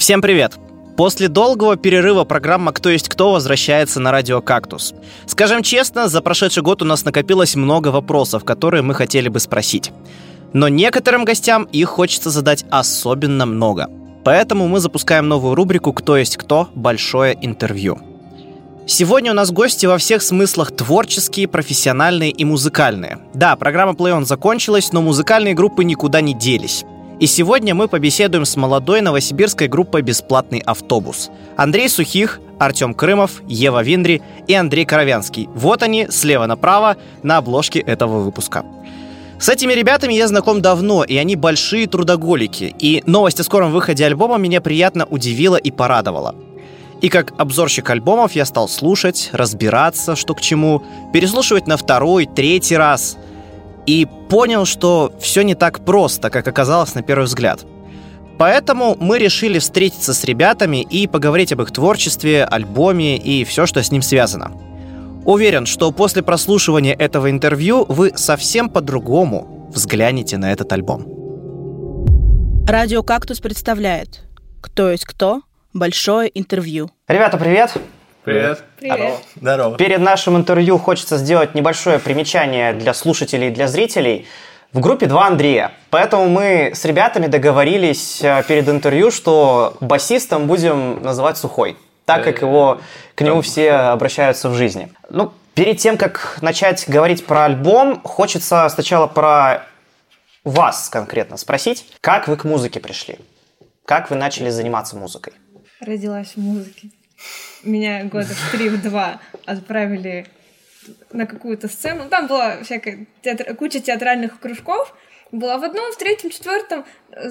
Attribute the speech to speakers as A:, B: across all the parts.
A: Всем привет! После долгого перерыва программа «Кто есть кто» возвращается на радио «Кактус». Скажем честно, за прошедший год у нас накопилось много вопросов, которые мы хотели бы спросить. Но некоторым гостям их хочется задать особенно много. Поэтому мы запускаем новую рубрику «Кто есть кто. Большое интервью». Сегодня у нас гости во всех смыслах творческие, профессиональные и музыкальные. Да, программа Play On закончилась, но музыкальные группы никуда не делись. И сегодня мы побеседуем с молодой новосибирской группой «Бесплатный автобус». Андрей Сухих, Артем Крымов, Ева Виндри и Андрей Коровянский. Вот они, слева направо, на обложке этого выпуска. С этими ребятами я знаком давно, и они большие трудоголики. И новость о скором выходе альбома меня приятно удивила и порадовала. И как обзорщик альбомов я стал слушать, разбираться, что к чему, переслушивать на второй, третий раз. И понял, что все не так просто, как оказалось на первый взгляд. Поэтому мы решили встретиться с ребятами и поговорить об их творчестве, альбоме и все, что с ним связано. Уверен, что после прослушивания этого интервью вы совсем по-другому взглянете на этот альбом.
B: Радио «Кактус» представляет «Кто есть кто. Большое интервью».
A: Ребята, привет!
C: Привет.
D: Привет.
C: Здорово.
A: Перед нашим интервью хочется сделать небольшое примечание для слушателей и для зрителей. В группе два Андрея, поэтому мы с ребятами договорились перед интервью, что басистом будем называть Сухой, так как к нему все обращаются в жизни. Перед тем, как начать говорить про альбом, хочется сначала про вас конкретно спросить, как вы к музыке пришли? Как вы начали заниматься музыкой?
D: Родилась в музыке. Меня года в 3-2 отправили на какую-то сцену. Там была всякая куча театральных кружков. Была в одном, в третьем, четвертом,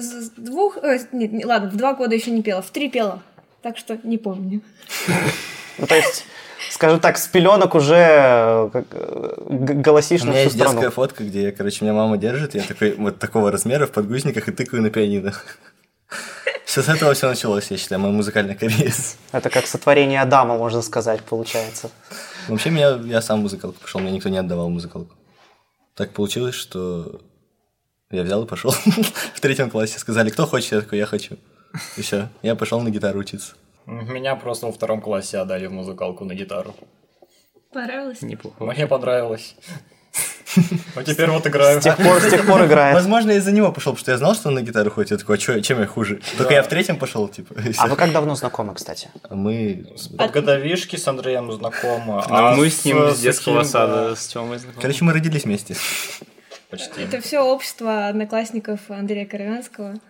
D: в 2 года еще не пела, в 3 пела. Так что не помню.
A: То есть, скажем так, с пеленок уже голосишь на всю страну.
C: У меня есть детская фотка, где, меня мама держит, я такой вот такого размера в подгузниках и тыкаю на пианино. С этого все началось, я считаю, моя музыкальная карьера.
A: Это как сотворение Адама, можно сказать, получается.
C: Вообще, я сам в музыкалку пошел, мне никто не отдавал музыкалку. Так получилось, что я взял и пошел. В 3 классе сказали, кто хочет, я такой, я хочу. И все, я пошел на гитару учиться.
E: Меня просто во 2 классе отдали в музыкалку на гитару.
D: Понравилось?
E: Неплохо. Мне понравилось. А теперь вот играю.
A: С тех пор играет.
C: Возможно, я из-за него пошел, потому что я знал, что он на гитару ходит. Я такой, чем я хуже? Только я в 3 пошел, типа.
A: А вы как давно знакомы, кстати?
C: Мы
E: От годовишки с Андреем знакомы.
F: Мы с ним с детского сада с Тёмой знакомы.
C: мы родились вместе.
E: Почти.
D: Это все общество одноклассников Андрея Коровянского.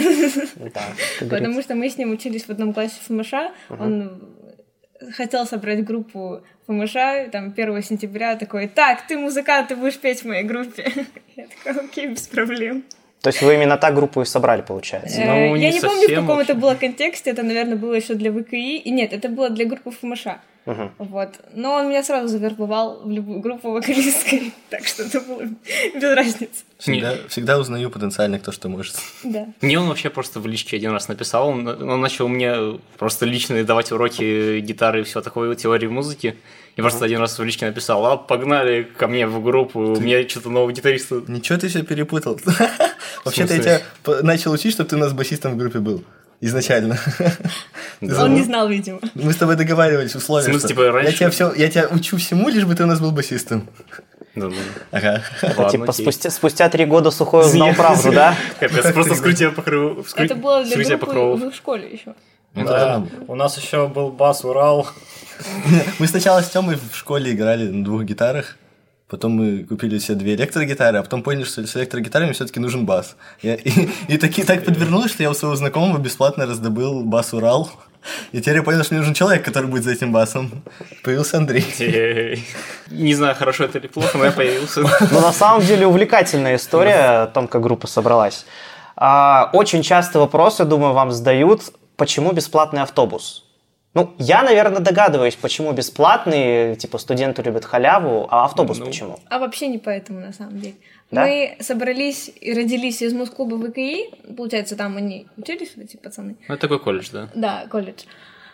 D: Потому что мы с ним учились в одном классе ФМШ. Он хотел собрать группу ФМШ, 1 сентября такой, так, ты музыкант, ты будешь петь в моей группе. Я такая, окей, без проблем.
A: То есть вы именно так группу и собрали, получается?
D: Я не помню, в каком это было контексте, это, наверное, было еще для ВКИ, и нет, это было для группы ФМШ. Вот. Но он меня сразу завербовал в любую группу вокалисткой, так что это было без разницы.
C: Всегда узнаю потенциально, кто что может.
D: Да.
F: Мне он вообще просто в личке один раз написал, он начал мне просто лично давать уроки гитары и все такое, теории музыки. И просто один раз в личке написал, погнали ко мне в группу, у меня что-то нового гитариста.
C: Ничего ты все перепутал. Вообще-то я тебя начал учить, чтобы ты у нас басистом в группе был. Изначально.
D: Он не знал, видимо.
C: Мы с тобой договаривались, условия.
F: В смысле, раньше?
C: Я тебя учу всему, лишь бы ты у нас был басистом. Ага.
A: Типа спустя 3 года Сухой узнал правду, да?
F: Просто вскрытие покрова.
D: Это было для группы в школе еще.
E: Да, у нас еще был бас Урал.
C: Мы сначала с Тёмой в школе играли на 2 гитарах. Потом мы купили себе 2 электрогитары, а потом поняли, что с электрогитарами все-таки нужен бас. И так подвернулось, что я у своего знакомого бесплатно раздобыл бас Урал. И теперь я понял, что мне нужен человек, который будет за этим басом. Появился Андрей.
F: Не знаю, хорошо это или плохо, но я появился.
A: На самом деле увлекательная история о том, как группа собралась. Очень часто вопросы, думаю, вам задают, почему бесплатный автобус? Я, наверное, догадываюсь, почему бесплатный, типа студенты любят халяву, а автобус почему?
D: А вообще не поэтому, на самом деле.
A: Да?
D: Мы собрались и родились из музклуба ВКИ, получается, там они учились, эти пацаны.
F: Это такой колледж, да?
D: Да, колледж.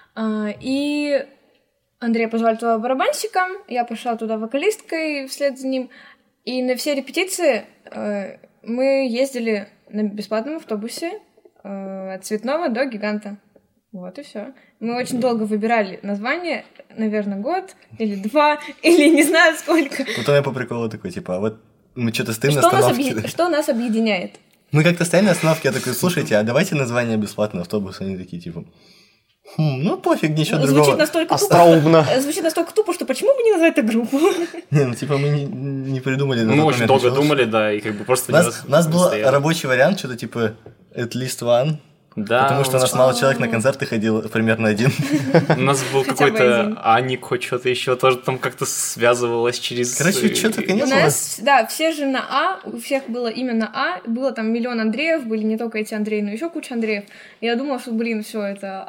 D: И Андрея позвали туда барабанщиком, я пошла туда вокалисткой вслед за ним, и на все репетиции мы ездили на бесплатном автобусе от Цветного до Гиганта. Вот и все. Мы очень долго выбирали название, наверное, год или 2, или не знаю сколько.
C: Потом я по приколу такой, типа, а вот мы что-то стоим на остановке.
D: Что нас объединяет?
C: Мы как-то стояли на остановке, я такой, слушайте, а давайте название бесплатный автобус. Они такие, типа, ну пофиг, ничего другого.
D: Звучит настолько тупо, что почему бы не назвать это группу?
C: Не, ну типа мы не придумали.
F: Мы очень долго думали, да, и как бы просто...
C: У нас был рабочий вариант, что-то типа at least one.
F: Да,
C: потому что у нас мало человек на концерты ходил, примерно один.
F: У нас был какой-то Аник, хоть что-то еще, тоже там как-то связывалось через...
C: Короче, что-то, конечно.
D: У нас, да, все же на А, у всех было именно А, было там миллион Андреев, были не только эти Андреи, но еще куча Андреев. Я думала, что, все это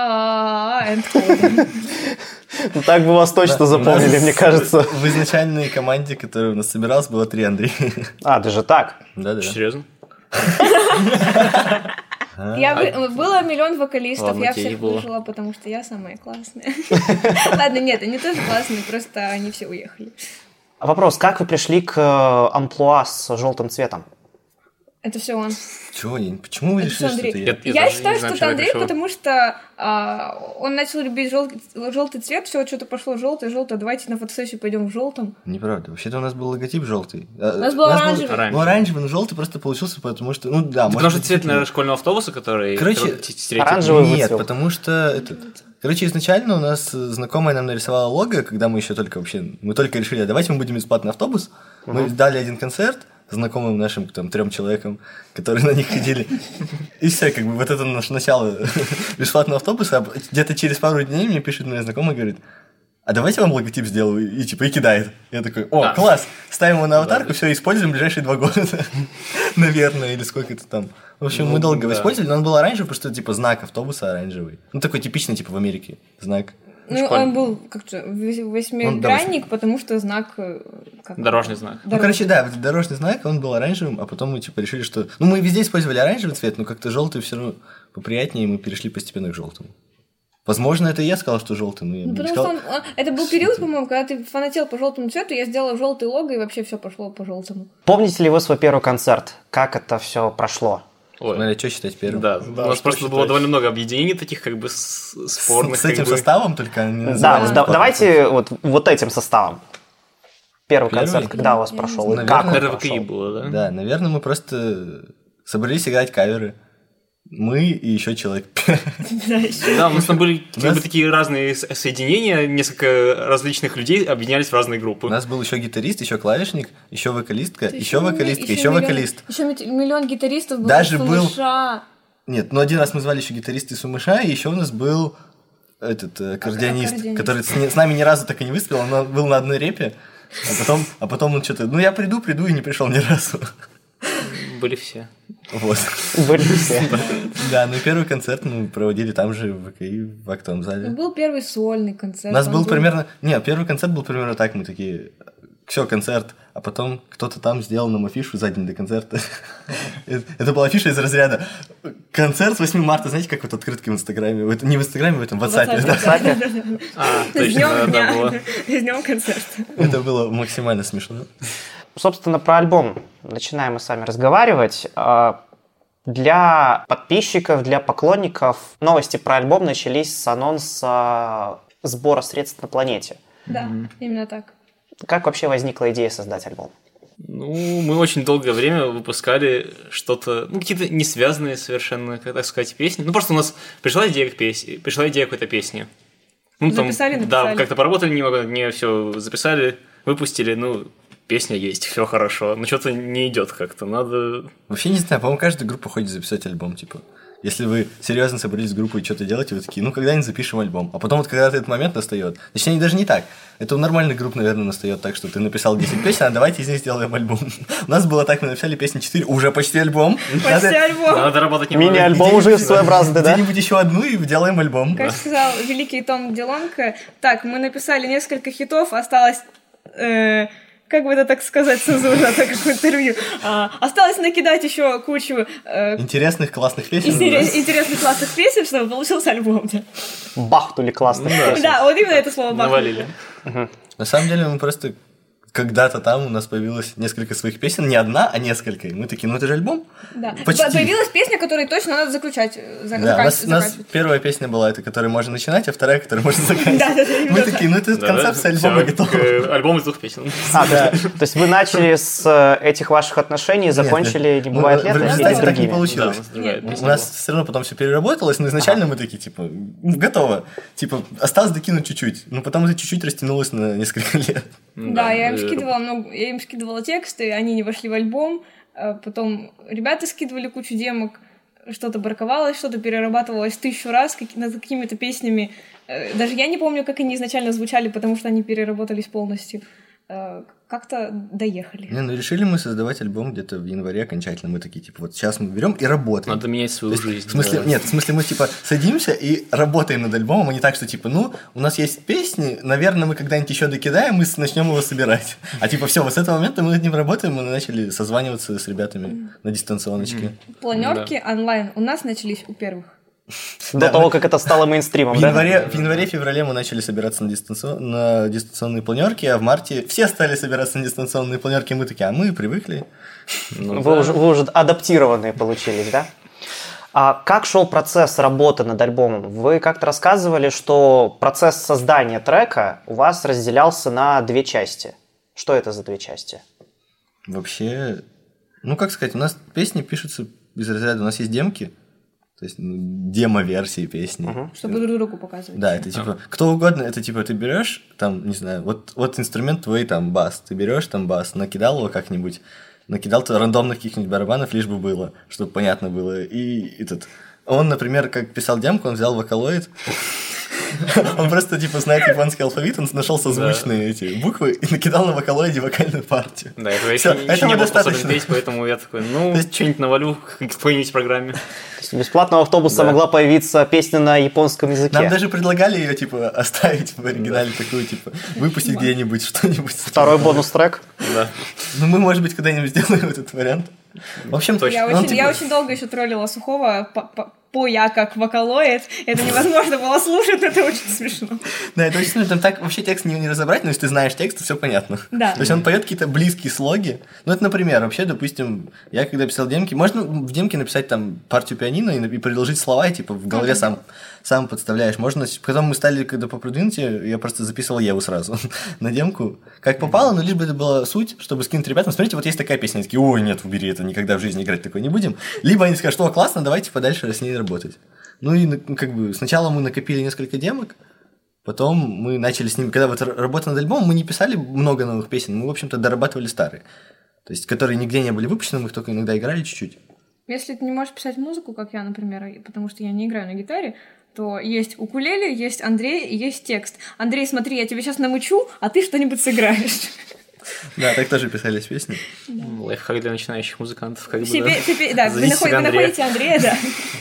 A: Ну так бы вас точно запомнили, мне кажется.
C: В изначальной команде, которая у нас собиралась, было 3 Андрея.
A: А, даже так?
C: Да.
F: Серьезно?
D: Было миллион вокалистов,
F: Ладно,
D: я всех выжила, потому что я самая классная. Ладно, нет, они тоже классные, просто они все уехали.
A: Вопрос, как вы пришли к амплуа с желтым цветом?
D: Это все он.
C: Чего? Почему вы решили, что это я?
D: Я считаю, что это Андрей, потому что он начал любить желтый цвет, все что-то пошло желтое, давайте на фотосессию пойдем в желтом.
C: Неправда. Вообще-то у нас был логотип желтый.
D: У нас был оранжевый.
C: Ну, оранжевый, но желтый просто получился, потому что, ну да.
F: Потому что цвет, наверное, школьного автобуса, который...
C: Короче,
A: оранжевый
C: нет,
A: выцвел.
C: потому что... Короче, изначально у нас знакомая нам нарисовала лого, когда мы еще только решили, давайте мы будем бесплатный автобус. Мы дали один концерт знакомым нашим там 3 человекам, которые на них ходили. И все, как бы вот это наше начало бесплатного автобуса. А где-то через пару дней мне пишет моя знакомая и говорит, а давайте вам логотип сделаю, и типа и кидает. Я такой, класс, ставим его на аватарку, все, используем в ближайшие 2 года. Наверное, или сколько-то там. В общем, мы долго его использовали, но он был оранжевый, потому что типа знак автобуса оранжевый. Ну, такой типичный, типа в Америке знак.
D: Ну, он был как-то восьмигранник, потому что знак...
F: Дорожный знак.
C: Ну, короче, да, дорожный знак, он был оранжевым, а потом мы типа решили, что... Ну, мы везде использовали оранжевый цвет, но как-то желтый все равно поприятнее, и мы перешли постепенно к желтому. Возможно, это я сказал, что желтый, но я не сказал.
D: Потому что это был период, по-моему, когда ты фанател по желтому цвету, я сделала желтый лого, и вообще все пошло по желтому.
A: Помните ли вы свой первый концерт? Как это все прошло?
C: Смотря, что считать первым?
F: Да, у нас просто было довольно много объединений таких, как бы, спорных.
C: С этим составом только?
A: Да, давайте вот этим составом. Первый концерт, когда у вас прошел?
F: Наверное, в КИ было, да?
C: Да, наверное, мы просто собрались играть каверы. Мы и еще человек 5.
F: Да, у нас там были такие разные соединения, несколько различных людей объединялись в разные группы.
C: У нас был еще гитарист, еще клавишник, еще вокалистка, еще вокалистка, еще вокалист.
D: Еще миллион гитаристов было.
C: Даже был... Нет, но один раз мы звали еще гитариста из Сумыша, и еще у нас был аккордеонист, который с нами ни разу так и не выступил, он был на одной репе, а потом он что-то... Ну, я приду и не пришел ни разу.
F: Были все.
C: Вот.
A: Были все.
C: Да, ну и первый концерт мы проводили там же, в ВКИ, в актовом зале.
D: Был первый сольный концерт.
C: У нас был примерно... Нет, первый концерт был примерно так, мы такие... Все, концерт. А потом кто-то там сделал нам афишу за день до концерта. Это была афиша из разряда концерт с 8 марта, знаете, как вот открытки в Инстаграме? Не в Инстаграме, в этом, в WhatsApp.
D: С днем дня. С днем концерта.
C: Это было максимально смешно.
A: Собственно, про альбом начинаем мы с вами разговаривать. Для подписчиков, для поклонников новости про альбом начались с анонса сбора средств на планете.
D: Да, именно так.
A: Как вообще возникла идея создать альбом?
F: Ну, мы очень долгое время выпускали что-то, какие-то не связанные совершенно, как так сказать, песни. Ну, просто у нас пришла идея какой-то песни.
D: Записали.
F: Да, как-то поработали немного, не все записали, выпустили, песня есть, все хорошо, но что-то не идет как-то, надо...
C: Вообще не знаю, по-моему, каждая группа хочет записать альбом, типа. Если вы серьезно собрались в группу и что-то делаете, вы такие, когда-нибудь запишем альбом. А потом когда-то этот момент настает. Точнее, даже не так. Это у нормальных групп, наверное, настает так, что ты написал 10 песен, а давайте из них сделаем альбом. У нас было так, мы написали песни 4, уже почти альбом.
F: Надо работать немного.
A: Мини-альбом уже своеобразный, да?
C: Где-нибудь еще одну и делаем альбом.
D: Как сказал великий Том Делонко, так, мы написали несколько хитов, осталось... Как бы это так сказать цензурно, так как в интервью. Осталось накидать еще кучу...
C: интересных, классных песен.
D: Интересных, классных песен, чтобы получился альбом.
A: Бахнули классных песен.
D: Да, вот именно это слово бахнули.
F: Навалили.
C: На самом деле мы просто... когда-то там у нас появилось несколько своих песен, не одна, а несколько. И мы такие, ну это же альбом.
D: Да.
C: Почти.
D: Появилась песня, которую точно надо заключать.
C: Да, у нас первая песня была, это которую можно начинать, а вторая, которую можно заканчивать. Мы такие, ну это концепция альбома готова.
F: Альбом из 2 песен.
A: Да. То есть вы начали с этих ваших отношений, закончили «Не бывает лета»
C: В
A: или с
C: результате так не
A: другими?
C: получилось. У нас все равно потом все переработалось, но изначально мы такие, типа, готово. Типа, осталось докинуть чуть-чуть. Но потом это чуть-чуть растянулось на несколько лет.
D: Да, я им скидывала тексты, они не вошли в альбом. Потом ребята скидывали кучу демок, что-то браковалось, что-то перерабатывалось 1000 раз над какими-то песнями. Даже я не помню, как они изначально звучали, потому что они переработались полностью. Как-то доехали.
C: Решили мы создавать альбом где-то в январе окончательно. Мы такие, типа, вот сейчас мы берем и работаем.
F: Надо менять свою жизнь.
C: В смысле, мы, типа, садимся и работаем над альбомом, а не так, что, типа, у нас есть песни, наверное, мы когда-нибудь еще докидаем, мы начнем его собирать. А, типа, все, вот с этого момента мы над ним работаем, мы начали созваниваться с ребятами на дистанционочке.
D: Планерки онлайн у нас начались у первых.
A: До того, как это стало мейнстримом,
C: в январе-феврале мы начали собираться на дистанционные планерки, а в марте все стали собираться на дистанционные планерки, мы такие, а мы привыкли.
A: Вы уже адаптированные получились, да? А как шел процесс работы над альбомом? Вы как-то рассказывали, что процесс создания трека у вас разделялся на 2 части. Что это за 2 части?
C: Вообще, как сказать, у нас песни пишутся из разряда, у нас есть демки, то есть демо-версии песни.
D: Чтобы друг другу показывать.
C: Да, это типа, кто угодно, это типа ты берешь, там, не знаю, вот инструмент твой, там, бас, ты берешь там бас, накидал его как-нибудь, накидал рандомных каких-нибудь барабанов, лишь бы было, чтобы понятно было. И он, например, как писал демку, он взял вокалоид, он просто, типа, знает японский алфавит, он нашел созвучные эти буквы и накидал на вокалоиде вокальную партию.
F: Да, я еще не был способен петь, поэтому я такой, что-нибудь навалю в какой-нибудь программе.
A: С бесплатного автобуса могла появиться песня на японском языке.
C: Нам даже предлагали ее, типа, оставить в оригинале такую, типа, выпустить где-нибудь что-нибудь.
A: Второй бонус-трек.
F: Да.
C: Мы, может быть, когда-нибудь сделаем этот вариант. В общем,
D: я очень долго еще троллила Сухого я как вокалоид. Это невозможно было слушать, но это очень смешно.
C: Да, это очень смешно. Там так вообще текст не разобрать, но если ты знаешь текст, то все понятно.
D: Да.
C: То есть он поет какие-то близкие слоги. Это, например, вообще, допустим, я когда писал демки, можно в демке написать там партию пианино и продолжить слова, и типа в голове сам подставляешь. Можно, потом мы стали, когда по продвинуте, я просто записывал Еву сразу на демку. Как попало, но лишь бы это была суть, чтобы скинуть ребятам. Смотрите, вот есть такая песня. Они такие, ой, нет, убери это, никогда в жизни играть такой не будем. Либо они скажут, что классно, давайте подальше с ней работать. Сначала мы накопили несколько демок, потом мы начали с ними, когда вот работа над альбомом, мы не писали много новых песен, мы, в общем-то, дорабатывали старые. То есть, которые нигде не были выпущены, мы их только иногда играли чуть-чуть.
D: Если ты не можешь писать музыку, как я, например, потому что я не играю на гитаре, то есть укулеле, есть Андрей и есть текст. Андрей, смотри, я тебе сейчас намучу, а ты что-нибудь сыграешь.
C: Да, так тоже писались песни.
F: Лайфхак для начинающих музыкантов.
D: Да, вы находите Андрея, да.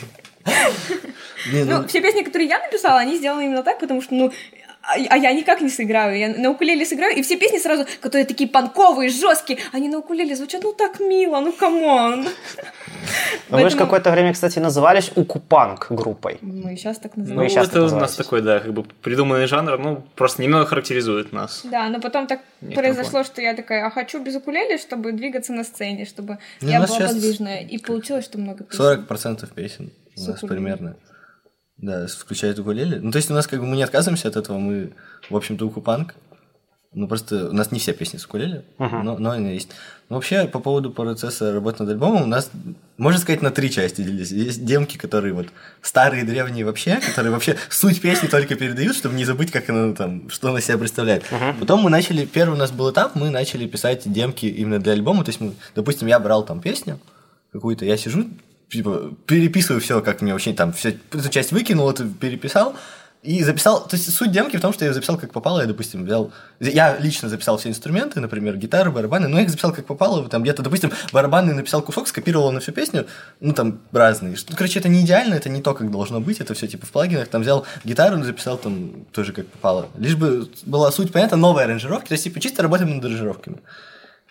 D: Все песни, которые я написала, они сделаны именно так, потому что, а я никак не сыграю. Я на укулеле сыграю, и все песни сразу, которые такие панковые, жесткие, они на укулеле звучат, так мило, камон.
A: Вы же какое-то время, кстати, назывались укупанк группой.
D: Мы и сейчас так называем.
F: Это у нас такой, да, как бы придуманный жанр, просто немного характеризует нас.
D: Да, но потом так произошло, что я такая, хочу без укулеле, чтобы двигаться на сцене, чтобы я была подвижная. И получилось, что много песен.
C: 40% песен у нас примерно. Да, включает укулеле. То есть у нас мы не отказываемся от этого, мы, в общем-то, укупанк. Просто у нас не все песни с укулеле, но они есть. Вообще, по поводу процесса работы над альбомом, у нас, можно сказать, на 3 части делились. Есть демки, которые старые, древние вообще, которые вообще суть песни только передают, чтобы не забыть, как она что она себя представляет. Потом мы начали, первый у нас был этап, мы начали писать демки именно для альбома. То есть, допустим, я брал там песню какую-то, я сижу, переписываю все, как мне вообще эту часть выкинул, это переписал и записал. То есть суть демки в том, что я записал как попало. Я, допустим, я лично записал все инструменты, например, гитары, барабаны, но я их записал как попало. Там где-то, допустим, барабаны написал кусок, скопировал на всю песню, разные. Короче, это не идеально, это не то, как должно быть, это все в плагинах. Там взял гитару, записал тоже как попало. Лишь бы была суть понятна, новые аранжировки, то есть чисто работаем над аранжировками.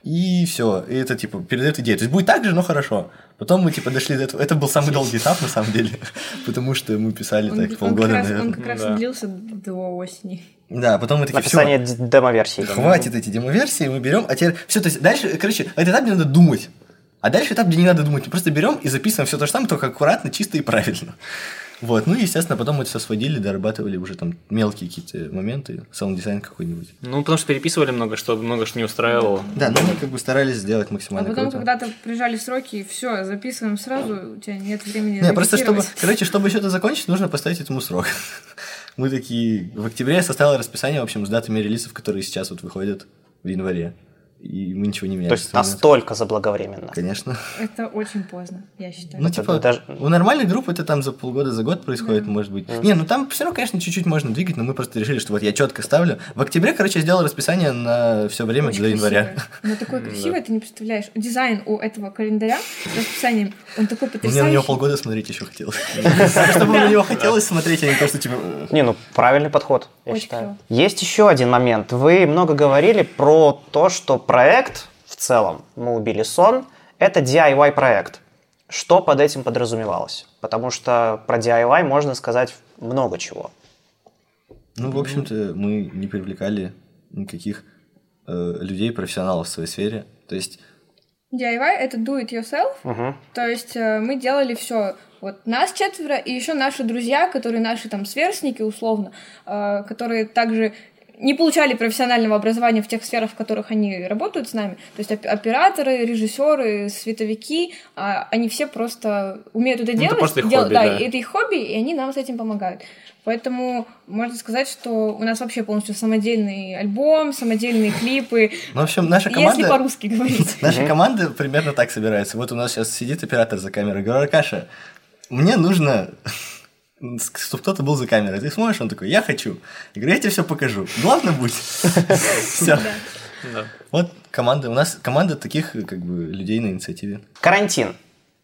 C: и все. И это, типа, передает идею. То есть будет так же, но хорошо. Потом мы, типа, дошли до этого. Это был самый долгий этап, на самом деле, потому что мы писали так полгода, наверное.
D: Он как раз длился до осени.
C: Да, потом мы такие,
G: написание демо-версии.
C: Хватит эти демо-версии, мы берем, а теперь все, то есть дальше, короче, этот этап, где надо думать. А дальше этап, где не надо думать. Мы просто берем и записываем все то же самое, только аккуратно, чисто и правильно. Вот, ну и, естественно, потом мы это все сводили, дорабатывали уже там мелкие какие-то моменты, саунд-дизайн какой-нибудь.
F: Ну, потому что переписывали много что не устраивало.
C: Да, но мы как бы старались сделать максимально
D: А потом,
C: круто.
D: когда-то приезжали сроки, все, записываем сразу, у тебя нет времени
C: Не, просто
D: репетировать.
C: чтобы что-то закончить, нужно поставить этому срок. Мы такие... В октябре я составил расписание, в общем, с датами релизов, которые сейчас вот выходят в январе. И мы ничего не меняем.
G: То есть настолько заблаговременно.
C: Конечно.
D: Это очень поздно, я считаю.
C: Ну, типа, у нормальных групп это там за полгода, за год происходит, может быть. Не, ну там все равно, конечно, чуть-чуть можно двигать, но мы просто решили, что вот я четко ставлю. В октябре, короче, я сделал расписание на все время
D: Очень
C: до января.
D: красивое. Но такое красивое, ты не представляешь. Дизайн у этого календаря с расписанием, он такой
C: Мне
D: потрясающий.
C: на него полгода смотреть еще хотелось. Чтобы на него хотелось смотреть, а не то, что типа...
G: Не, ну правильный подход, я
D: Очень
G: считаю.
D: клево.
G: Есть еще один момент. Вы много говорили про то, что проект в целом «Мы убили сон» — это DIY-проект. Что под этим подразумевалось? Потому что про DIY можно сказать много чего.
C: Ну, в общем-то, мы не привлекали никаких людей, профессионалов в своей сфере. То есть...
D: DIY — это do it yourself, то есть мы делали все. Вот нас 4, и еще наши друзья, которые наши там сверстники условно, которые также не получали профессионального образования в тех сферах, в которых они работают с нами. То есть операторы, режиссеры, световики, они все просто умеют это делать.
F: Это просто их хобби, да.
D: Это их хобби, и они нам с этим помогают. Поэтому можно сказать, что у нас вообще полностью самодельный альбом, самодельные клипы.
C: Ну, в общем, наша команда...
D: Если по-русски говорить.
C: Наша команда примерно так собирается. Вот у нас сейчас сидит оператор за камерой. Говорю, Аркаша, мне нужно... чтобы кто-то был за камерой. Ты смотришь, он такой, я хочу. Я говорю, я тебе все покажу. Главное будь. Все. Вот команда. У нас команда таких как бы людей на инициативе.
G: Карантин.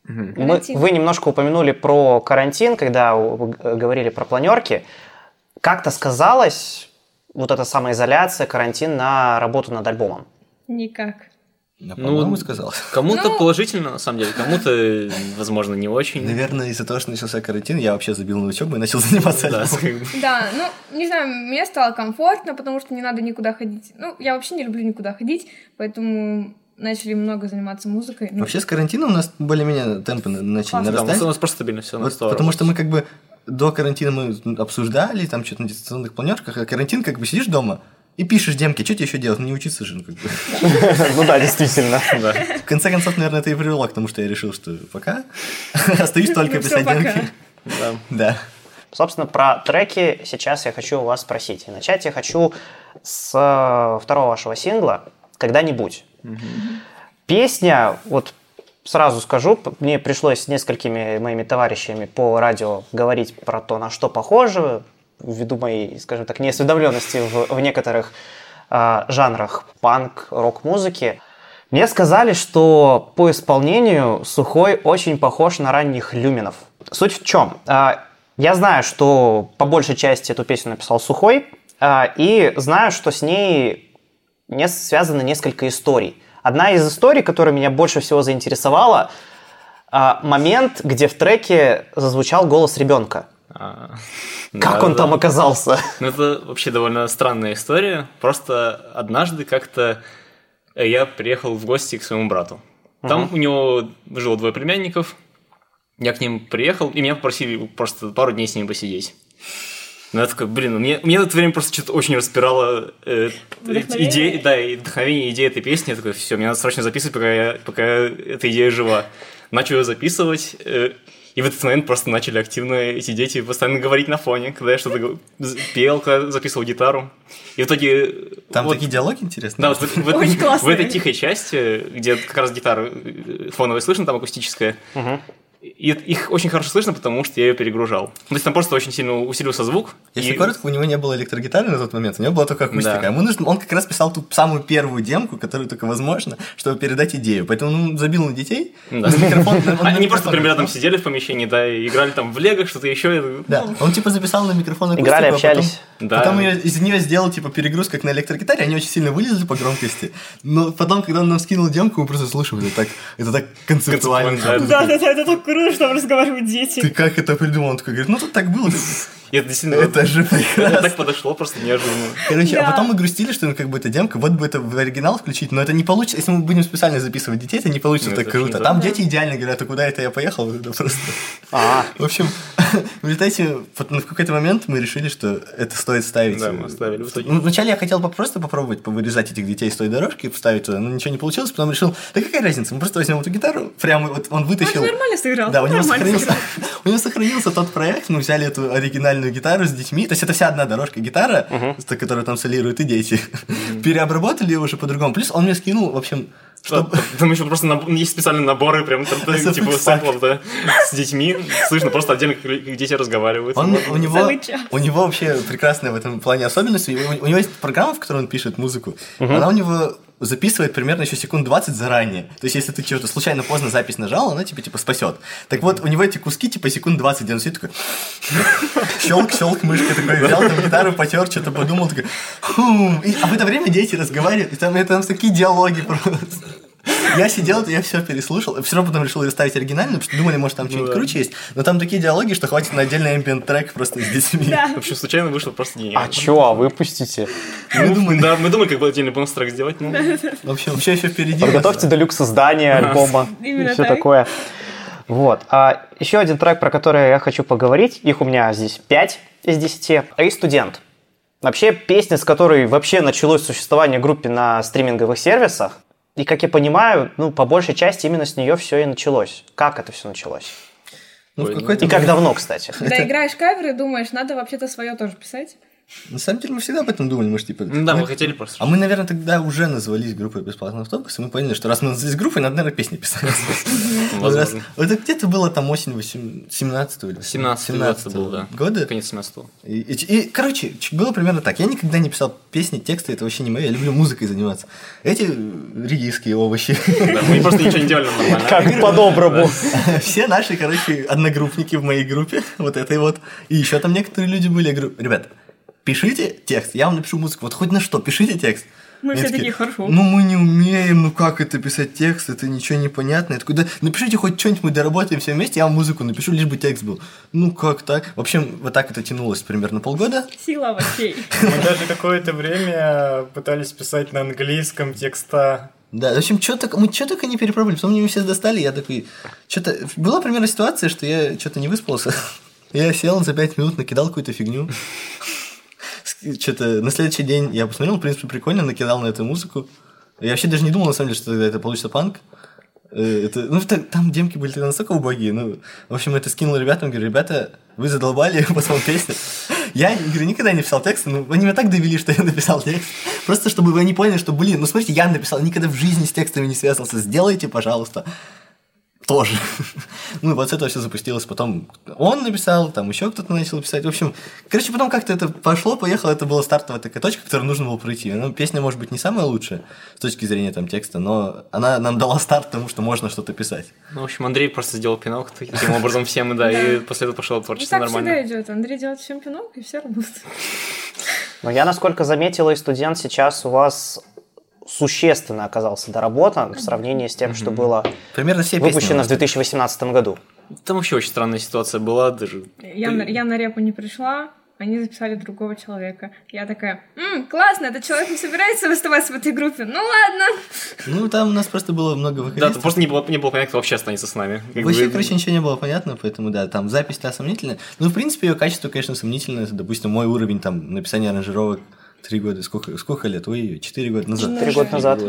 G: Вы немножко упомянули про карантин, когда вы говорили про планерки. Как-то сказалась вот эта самоизоляция, карантин на работу над альбомом?
D: Никак.
C: Да, по-моему, сказал.
F: Кому-то положительно, на самом деле, кому-то, возможно, не очень.
C: Наверное, из-за того, что начался карантин, я вообще забил на учебу и начал заниматься альбомом.
D: Да, ну, не знаю, мне стало комфортно, потому что не надо никуда ходить. Ну, я вообще не люблю никуда ходить, поэтому начали много заниматься музыкой.
C: Вообще с карантином у нас более-менее темпы начали нарастать.
F: У нас просто стабильно все.
C: Потому что мы как бы до карантина мы обсуждали, там что-то на дистанционных планерках, а карантин как бы сидишь дома и пишешь демки, что тебе еще делать? Ну, не учиться же, ну, как бы.
G: Ну да, действительно.
C: В конце концов, наверное, это и привело к тому, что я решил, что пока остаюсь только писать демки. Да.
G: Собственно, про треки сейчас я хочу у вас спросить. И начать я хочу с второго вашего сингла «Когда-нибудь». Песня, вот сразу скажу, мне пришлось с несколькими моими товарищами по радио говорить про то, на что похоже, ввиду моей, скажем так, неосведомленности в некоторых жанрах панк, рок-музыки. Мне сказали, что по исполнению Сухой очень похож на ранних Люминов. Суть в чем? Я знаю, что по большей части эту песню написал Сухой, и знаю, что с ней связано несколько историй. Одна из историй, которая меня больше всего заинтересовала, момент, где в треке зазвучал голос ребенка. Как он там оказался?
F: Ну, это вообще довольно странная история. Просто однажды как-то я приехал в гости к своему брату. Там у него жило 2 племянников. Я к ним приехал, и меня попросили просто пару дней с ними посидеть. Ну, я такой, блин, мне в это время просто что-то очень распирало идея, да, и вдохновение, идея этой песни. Я такой, все, мне надо срочно записывать, пока эта идея жива. Начал ее записывать, и в этот момент просто начали активно эти дети постоянно говорить на фоне, когда я что-то пел, когда записывал гитару. И в итоге...
C: Там вот, такие диалоги интересные.
F: Да, вот в этой тихой части, где как раз гитара фоновая слышно, там акустическая, и их очень хорошо слышно, потому что я ее перегружал. То есть там просто очень сильно усилился звук.
C: Если коротко, у него не было электрогитары на тот момент, у него была только акустика. Да. Он как раз писал ту самую первую демку, которую только возможно, чтобы передать идею. Поэтому он забил на детей.
F: Да. Они просто прям рядом сидели в помещении, да, и играли там в лего, что-то еще.
C: Да, он типа записал на микрофон акустику.
G: Играли, общались.
F: Да.
C: Потом из нее сделал, типа, перегруз, как на электрогитаре, они очень сильно вылезли по громкости, но потом, когда он нам скинул демку, мы просто слушаем, это так концептуально.
D: Да, это так круто, что там разговаривают дети.
C: Ты как это придумал? Он такой говорит, ну тут так было.
F: И это действительно...
C: Это же прекрасно.
F: Это так подошло просто неожиданно.
C: Короче, а потом мы грустили, что как бы это демка, вот бы это в оригинал включить, но это не получится, если мы будем специально записывать детей, это не получится так круто. Там дети идеально говорят, а куда это я поехал? Это просто... В общем, в результате в какой-то момент мы решили, что это стоит ставить.
F: Да, мы оставили в итоге.
C: Вначале я хотел просто попробовать повырезать этих детей с той дорожки, вставить туда, но ничего не получилось, потом решил, да какая разница, мы просто возьмем эту гитару, прямо вот он вытащил...
D: Он нормально сыграл.
C: Да, у него сохранился тот проект, мы взяли эту оригинальную гитару с детьми, то есть это вся одна дорожка гитара, которую там солируют и дети, переобработали ее уже по-другому, плюс он мне скинул, в общем...
F: Там еще просто есть специальные наборы, прям типа сэмплов, да, с детьми. Слышно просто отдельно, как дети разговаривают.
C: У него вообще прекрасная в этом плане особенность. У него есть программа, в которой он пишет музыку. Она у него записывает примерно еще секунд 20 заранее. То есть, если ты чего-то случайно поздно запись нажал, она типа спасет. Так вот, у него эти куски типа секунд 20, где он сидит такой щелк мышкой такой, взял там гитару, потер, что-то подумал, такой а в это время дети разговаривают, и там такие диалоги просто. Я сидел, я все переслушал, все равно потом решил ставить оригинальную, потому что думали, может, там что-нибудь круче есть, но там такие диалоги, что хватит на отдельный ambient трек просто с детьми.
D: Да.
F: В общем, случайно вышло просто гениально.
G: А чё, выпустите?
F: Мы думали, как бы отдельный бонус-трек сделать, но...
C: В общем, все еще впереди.
G: Подготовьте делюкс издания альбома и все такое. Вот. А еще один трек, про который я хочу поговорить, их у меня здесь 5 из 10. «Эй, студент». Вообще, песня, с которой вообще началось существование группы на стриминговых сервисах. И, как я понимаю, по большей части именно с нее все и началось. Как это все началось? И как давно, кстати?
D: Когда играешь каверы, думаешь, надо вообще-то свое тоже писать.
C: На самом деле мы всегда об этом думали, мы же типа...
F: Да, мы хотели просто...
C: А мы, наверное, тогда уже назвались группой «Бесплатный автобус», и мы поняли, что раз мы назвались группой, надо, наверное, песни писать.
F: Возможно.
C: Это где-то было там осень 17-го или
F: 17-го был, да.
C: Года.
F: Конец 17-го.
C: И, короче, было примерно так. Я никогда не писал песни, тексты, это вообще не мое, я люблю музыкой заниматься. Эти редиские овощи.
F: Да, мы просто ничего не делали нормально.
G: Как по-доброму.
C: Все наши, короче, одногруппники в моей группе, вот этой вот. И еще там некоторые люди были. Я говорю, ребят, пишите текст, я вам напишу музыку, вот хоть на что, пишите текст.
D: Мы все такие, хорошо.
C: Мы не умеем, как это писать текст, это ничего не понятно. Я такой, да напишите хоть что-нибудь, мы доработаем все вместе, я вам музыку напишу, лишь бы текст был. Как так? В общем, вот так это тянулось примерно полгода.
D: Сила овощей.
E: Мы даже какое-то время пытались писать на английском текста.
C: Да, в общем, мы что только не перепробовали, потом мне все достали, я такой, была примерно ситуация, что я что-то не выспался, я сел за 5 минут, накидал какую-то фигню. Что-то на следующий день я посмотрел, в принципе, прикольно, накидал на эту музыку. Я вообще даже не думал, на самом деле, что это получится панк. Там демки были настолько убогие. В общем, это скинул ребятам, говорю, ребята, вы задолбали, потом песню. Я, говорю, никогда не писал текст, но они меня так довели, что я написал текст. Просто чтобы вы не поняли, что, смотрите, я написал, никогда в жизни с текстами не связывался, сделайте, пожалуйста. Тоже. Вот с этого все запустилось. Потом он написал, там еще кто-то начал писать. В общем, потом как-то это пошло-поехало. Это была стартовая такая точка, которую нужно было пройти. Песня, может быть, не самая лучшая с точки зрения текста, но она нам дала старт тому, что можно что-то писать.
F: В общем, Андрей просто сделал пинок таким образом всем, и после этого пошло творчество нормально.
D: Так всегда идет. Андрей делает всем пинок, и все работает.
G: Я, насколько заметила, и студент сейчас у вас существенно оказался доработан в сравнении с тем, что было
C: примерно все
G: выпущено в 2018 году.
F: Там вообще очень странная ситуация была даже.
D: Я на репу не пришла, они записали другого человека. Я такая, классно, этот человек не собирается оставаться в этой группе. Ну ладно.
C: Там у нас просто было много вокалистов.
F: Да, просто не было понятно, кто вообще останется с нами.
C: Вообще, ничего не было понятно, поэтому, да, там запись-то сомнительная. В принципе, ее качество, конечно, сомнительное. Допустим, мой уровень там написания аранжировок 3 года, сколько лет? 4 года назад.
G: 4 года назад.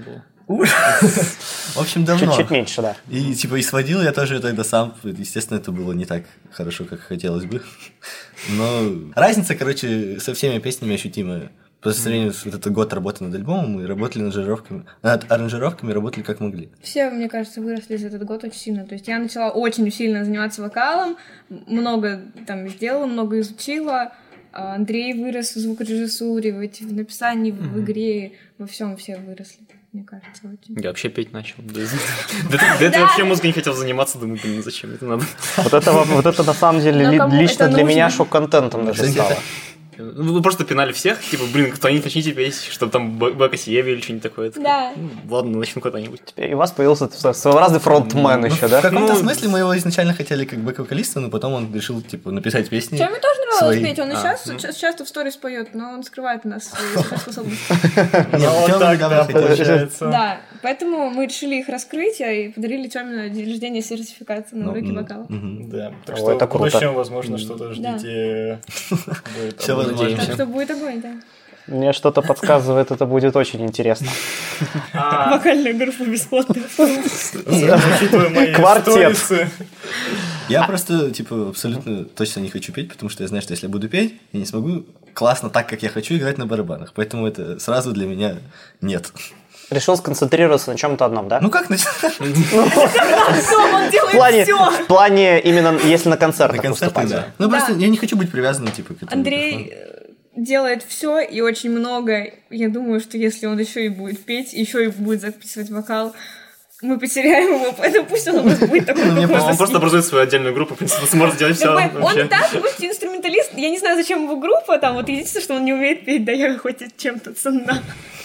C: В общем, давно.
G: Чуть меньше, да.
C: И и сводил я тоже тогда сам. Естественно, это было не так хорошо, как хотелось бы. Но разница, со всеми песнями ощутимая. По сравнению с этот год работы над альбомом, мы работали над аранжировками, работали как могли.
D: Все, мне кажется, выросли за этот год очень сильно. То есть я начала очень усиленно заниматься вокалом, много там сделала, много изучила. Андрей вырос в звукорежиссуре, в написании, в игре, во всем все выросли, мне кажется. Очень.
F: Я вообще петь начал. До этого вообще музыкой не хотел заниматься, думаю, зачем это надо.
G: Вот это на самом деле лично для меня шок-контентом даже стало.
F: Вы просто пинали всех, типа, кто-нибудь начните петь, чтобы там Бека Сиеви или что-нибудь такое.
D: Да.
F: Ладно, начну кто-нибудь.
G: И у вас появился своеобразный фронтмен еще, да?
C: В каком-то смысле мы его изначально хотели как бэк-вокалиста, но потом он решил, типа, написать песни.
D: Чем мне тоже нравилось
C: свои.
D: петь, он и сейчас часто в сторис поет, но он скрывает у нас свои способности.
C: Тёма
E: так,
C: недавно
E: да,
C: хотел.
E: получается.
D: Да, поэтому мы решили их раскрыть и подарили Тёме на день рождения сертификат на уроки вокала.
E: Да, так
G: О,
E: что
G: это
E: в
G: круто.
E: будущем, возможно, что-то ждите.
C: Всё возможно.
D: Так что будет огонь, да.
G: Мне что-то подсказывает, это будет очень интересно.
D: Вокальную группу бесплатно.
E: Учитывая мои
G: Квартет.
E: сторисы.
C: Я просто, типа, абсолютно точно не хочу петь, потому что я знаю, что если я буду петь, я не смогу классно так, как я хочу, играть на барабанах. Поэтому это сразу для меня нет.
G: Решил сконцентрироваться на чем-то одном, да?
C: Ну как начать?
D: Он делает все.
G: В плане именно если на концертах
C: На концертах,
G: выступать.
C: да. Ну просто я не хочу быть привязанным, типа, к этому
D: Андрей
C: микрофону.
D: делает все и очень много. Я думаю, что если он еще и будет петь, еще и будет записывать вокал, мы потеряем его, поэтому пусть он у нас будет такой,
C: мне
D: какой
F: Он просто образует свою отдельную группу, в принципе, сможет делать все
D: Как бы
F: вообще.
D: он так, пусть инструменталист, я не знаю, зачем его группа, там вот единственное, что он не умеет петь, да я хоть чем-то ценна.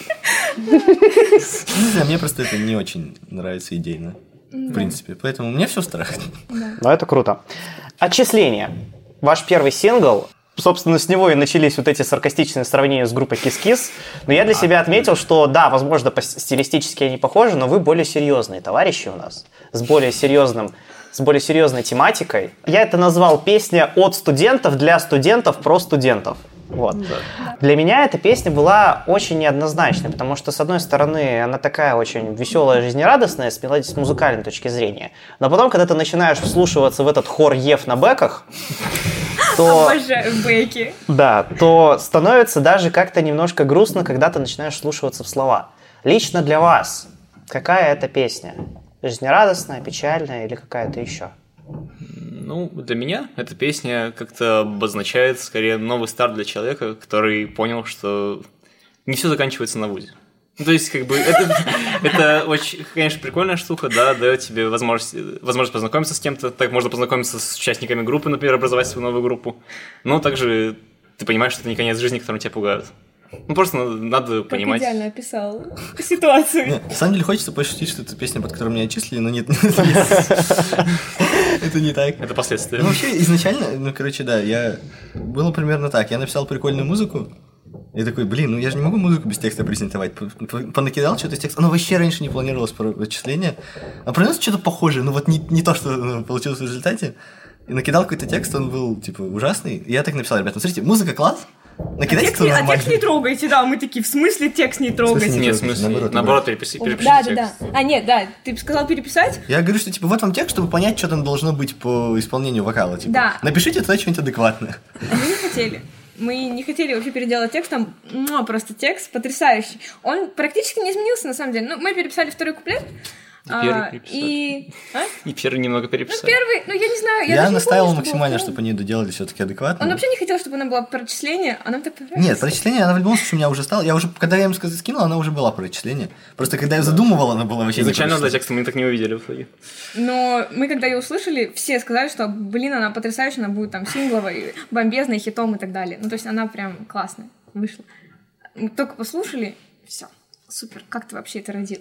C: Не знаю, мне просто это не очень нравится идейно, в принципе. Поэтому мне все страх.
G: Но это круто. Отчисление. Ваш первый сингл. Собственно, с него и начались вот эти саркастичные сравнения с группой Kiss Kiss. Но я для себя отметил, что да, возможно, стилистически они похожи, но вы более серьезные товарищи у нас. С более серьезной тематикой. Я это назвал песня от студентов для студентов про студентов. Вот. Для меня эта песня была очень неоднозначной, потому что, с одной стороны, она такая очень веселая, жизнерадостная с музыкальной точки зрения. Но потом, когда ты начинаешь вслушиваться в этот хор Ев на бэках, то,
D: Обожаю бэки.
G: да, то становится даже как-то немножко грустно, когда ты начинаешь вслушиваться в слова. Лично для вас, какая это песня? Жизнерадостная, печальная или какая-то еще?
F: Ну, для меня эта песня как-то обозначает скорее новый старт для человека, который понял, что не все заканчивается на вузе. Ну, то есть, как бы, это очень, конечно, прикольная штука, да, дает тебе возможность познакомиться с кем-то, так можно познакомиться с участниками группы, например, образовать свою новую группу, но также ты понимаешь, что это не конец жизни, которым тебя пугают. Ну, просто надо
D: Как
F: понимать.
D: идеально описал ситуацию.
C: На самом деле хочется пошутить, что это песня, под которую меня отчислили, но нет. Это не так.
F: Это последствия.
C: Ну, вообще, изначально, да, было примерно так. Я написал прикольную музыку, и такой, я же не могу музыку без текста презентовать. Понакидал что-то из текста. Оно вообще раньше не планировалось про отчисление. А принес что-то похожее, не то, что получилось в результате. И накидал какой-то текст, он был, типа, ужасный. И я так написал, ребята, смотрите, музыка класс, накидайте кто нормально.
D: Текст не трогайте, да, мы такие, в смысле текст не трогайте?
F: Нет, в смысле, наоборот, перепишите
D: Да.
F: текст.
D: Нет, да, ты сказал переписать?
C: Я говорю, что, типа, вот вам текст, чтобы понять, что там должно быть по исполнению вокала, типа.
D: Да.
C: Напишите туда что-нибудь адекватное.
D: Они не хотели. Мы не хотели вообще переделать текст, там просто текст потрясающий. Он практически не изменился, на самом деле. Мы переписали второй куплет.
F: Первый переписали. И первый немного переписали.
D: Первый, я не знаю.
C: Я
D: даже не
C: настаивал
D: помню, что
C: максимально,
D: было.
C: чтобы они доделали все-таки адекватно.
D: Он вообще не хотел, чтобы она была про отчисление, а нам так понравилось.
C: Нет, про отчисление она в любом случае у меня уже стала. Когда я им скинул, она уже была про отчисление. Просто когда я задумывал, она была вообще
F: Изначально
C: не
F: до текста мы так не увидели в итоге.
D: Но мы, когда ее услышали, все сказали, что, она потрясающая, она будет там сингловой, бомбезной, хитом и так далее. Ну, то есть она прям классная вышла. Мы только послушали, все. Супер, как ты вообще это родил?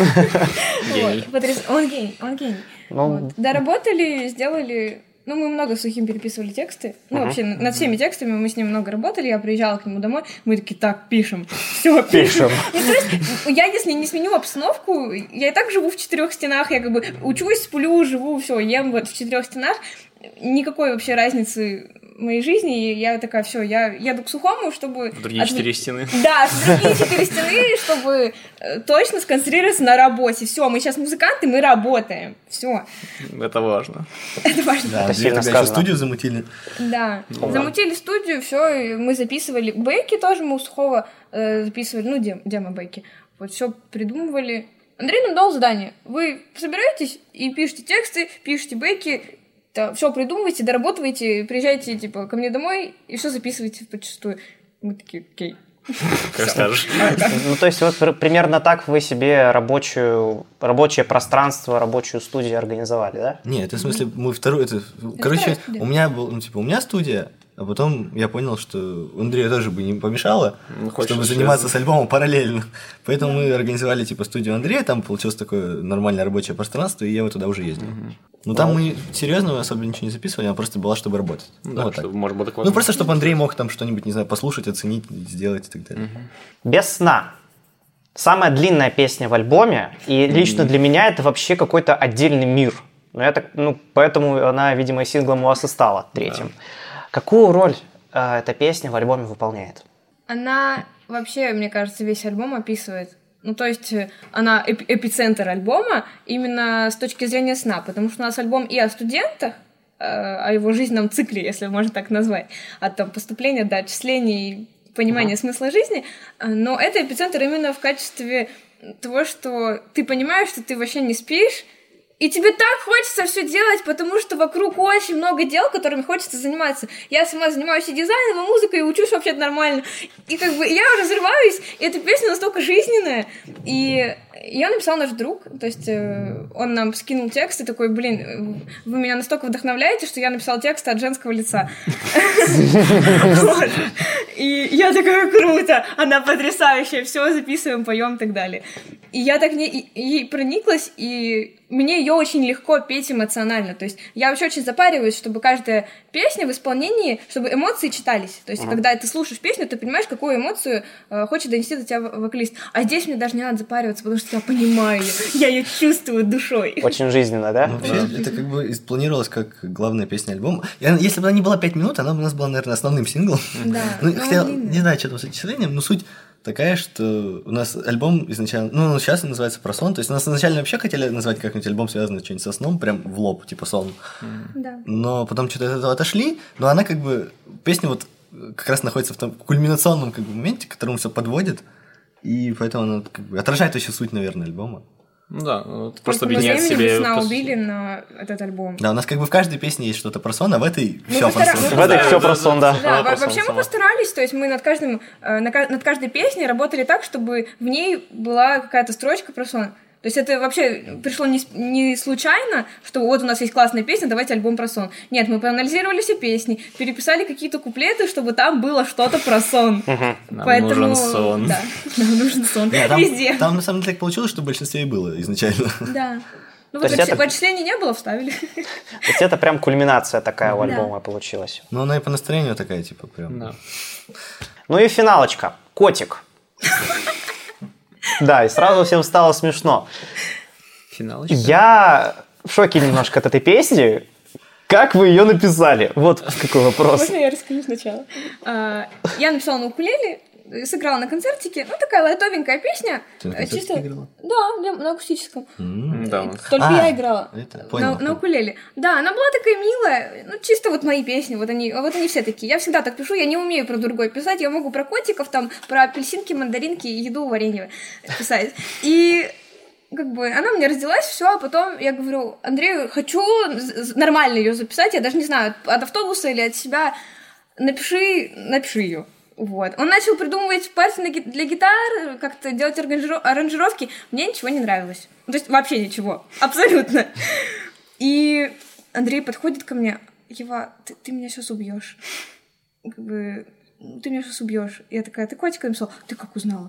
F: Гений.
D: Он гений. Доработали, сделали... мы много сухим переписывали тексты. Вообще, над всеми текстами мы с ним много работали. Я приезжала к нему домой, мы такие, так, пишем. Все, пишем. То есть, я, если не сменю обстановку, я и так живу в 4 стенах, я как бы учусь, сплю, живу, все, ем в 4 стенах. Никакой вообще разницы в моей жизни. И я такая, все, я еду к сухому, чтобы...
F: Другие 4 стены.
D: Да, другие 4 стены, чтобы точно сконцентрироваться на работе. Все, мы сейчас музыканты, мы работаем. Все.
F: Это важно.
D: Это важно.
C: Да,
G: Это
C: Андрей
G: сильно
C: тогда еще
G: сказано.
C: студию замутили.
D: Да. Замутили студию, все, мы записывали бэки тоже, мы у Сухого записывали, демо-бэки. Вот все придумывали. Андрей нам дал задание. Вы собираетесь и пишите тексты, пишите бэки, все придумывайте, доработывайте, приезжайте типа ко мне домой и все записывайте подчистую. Мы такие, окей.
F: Как скажешь.
G: Ну, то есть, вот примерно так вы себе рабочее пространство, рабочую студию организовали, да?
C: Нет, это в смысле, мы вторую... Короче,
D: студия.
C: у меня был, у меня студия, А потом я понял, что Андрею тоже бы не помешало,
F: хочешь
C: чтобы заниматься с альбомом параллельно. Поэтому мы организовали типа студию Андрея, там получилось такое нормальное рабочее пространство, и я вот туда уже ездил. Ну там мы серьезно особо ничего не записывали, она просто была, чтобы работать.
F: Да,
C: вот
F: чтобы,
C: так.
F: может быть, адекватно.
C: Ну просто чтобы Андрей мог там что-нибудь, не знаю, послушать, оценить, сделать и так далее.
G: «Без сна». Самая длинная песня в альбоме, и лично для меня это вообще какой-то отдельный мир. Поэтому она, видимо, и синглом у вас и стала третьим. Да. Какую роль эта песня в альбоме выполняет?
D: Она вообще, мне кажется, весь альбом описывает. Ну, то есть она эпицентр альбома именно с точки зрения сна, потому что у нас альбом и о студентах, о его жизненном цикле, если можно так назвать, от там, поступления до отчислений и понимания смысла жизни, но это эпицентр именно в качестве того, что ты понимаешь, что ты вообще не спишь, и тебе так хочется все делать, потому что вокруг очень много дел, которыми хочется заниматься. Я сама занимаюсь и дизайном, и музыкой, и учусь вообще-то нормально. И как бы я разрываюсь, и эта песня настолько жизненная. И ее написал наш друг, то есть он нам скинул текст и такой, блин, вы меня настолько вдохновляете, что я написал текст от женского лица. И я такая, круто, она потрясающая, все записываем, поем и так далее. И я так ей прониклась, и мне ее очень легко петь эмоционально. То есть я вообще очень запариваюсь, чтобы каждая песня в исполнении, чтобы эмоции читались. То есть когда ты слушаешь песню, ты понимаешь, какую эмоцию хочет донести до тебя вокалист. А здесь мне даже не надо запариваться, потому что я понимаю ее, я ее чувствую душой.
G: Очень жизненно, да?
C: Вообще, это как бы планировалось как главная песня альбома. Если бы она не была 5 минут, она бы у нас была, наверное, основным синглом.
D: Да.
C: Хотя, не знаю, что там с отчислением, но суть такая, что у нас альбом изначально, сейчас он называется «Про сон», то есть у нас изначально вообще хотели назвать как-нибудь альбом, связанный что-нибудь со сном, прям в лоб, типа сон.
D: Да.
C: Но потом что-то от этого отошли, но она как бы, песня вот как раз находится в том кульминационном как бы моменте, к которому все подводит, и поэтому она как бы отражает вообще суть, наверное, альбома.
F: Ну да, просто объединяет в себе...
D: Мы убили на этот альбом.
C: Да, у нас как бы в каждой песне есть что-то про сон, а в этой все про сон.
G: В этой все про сон, да.
D: Да, вообще мы постарались, то есть мы над каждой песней работали так, чтобы в ней была какая-то строчка про сон. То есть это вообще пришло не случайно, что вот у нас есть классная песня, давайте альбом про сон. Нет, мы проанализировали все песни, переписали какие-то куплеты, чтобы там было что-то про сон.
F: Нам нужен сон.
D: Да, нам нужен сон. Везде.
C: Там на самом деле так получилось, что в большинстве и было изначально.
D: Да. Ну вот в отчислении не было, вставили.
G: То есть это прям кульминация такая у альбома получилась.
C: Ну она и по настроению такая, типа, прям.
F: Да.
G: Ну и финалочка. Котик. Да, и сразу всем стало смешно.
F: Финалочка.
G: Я в шоке немножко от этой песни. Как вы ее написали? Вот какой вопрос.
D: Можно я расскажу сначала? Я написала на укулеле, сыграла на концертике. Ну, такая лайтовенькая песня.
C: Ты на концертике играла?
D: Да, на акустическом.
F: Да.
D: Только я играла
C: понял.
D: на укулеле. Да, она была такая милая. Ну, чисто вот мои песни, вот они все такие. Я всегда так пишу, я не умею про другое писать. Я могу про котиков, там, про апельсинки, мандаринки, еду, варенье писать. И как бы она у меня родилась, все, а потом я говорю, Андрею, хочу нормально ее записать, я даже не знаю, от автобуса или от себя, напиши ее. Вот. Он начал придумывать партии для гитар, как-то делать аранжировки. Мне ничего не нравилось. То есть вообще ничего. Абсолютно. И Андрей подходит ко мне. Ева, ты меня сейчас убьешь. Как бы, ты меня сейчас убьешь. Я такая, ты котика написал? Ты как узнала?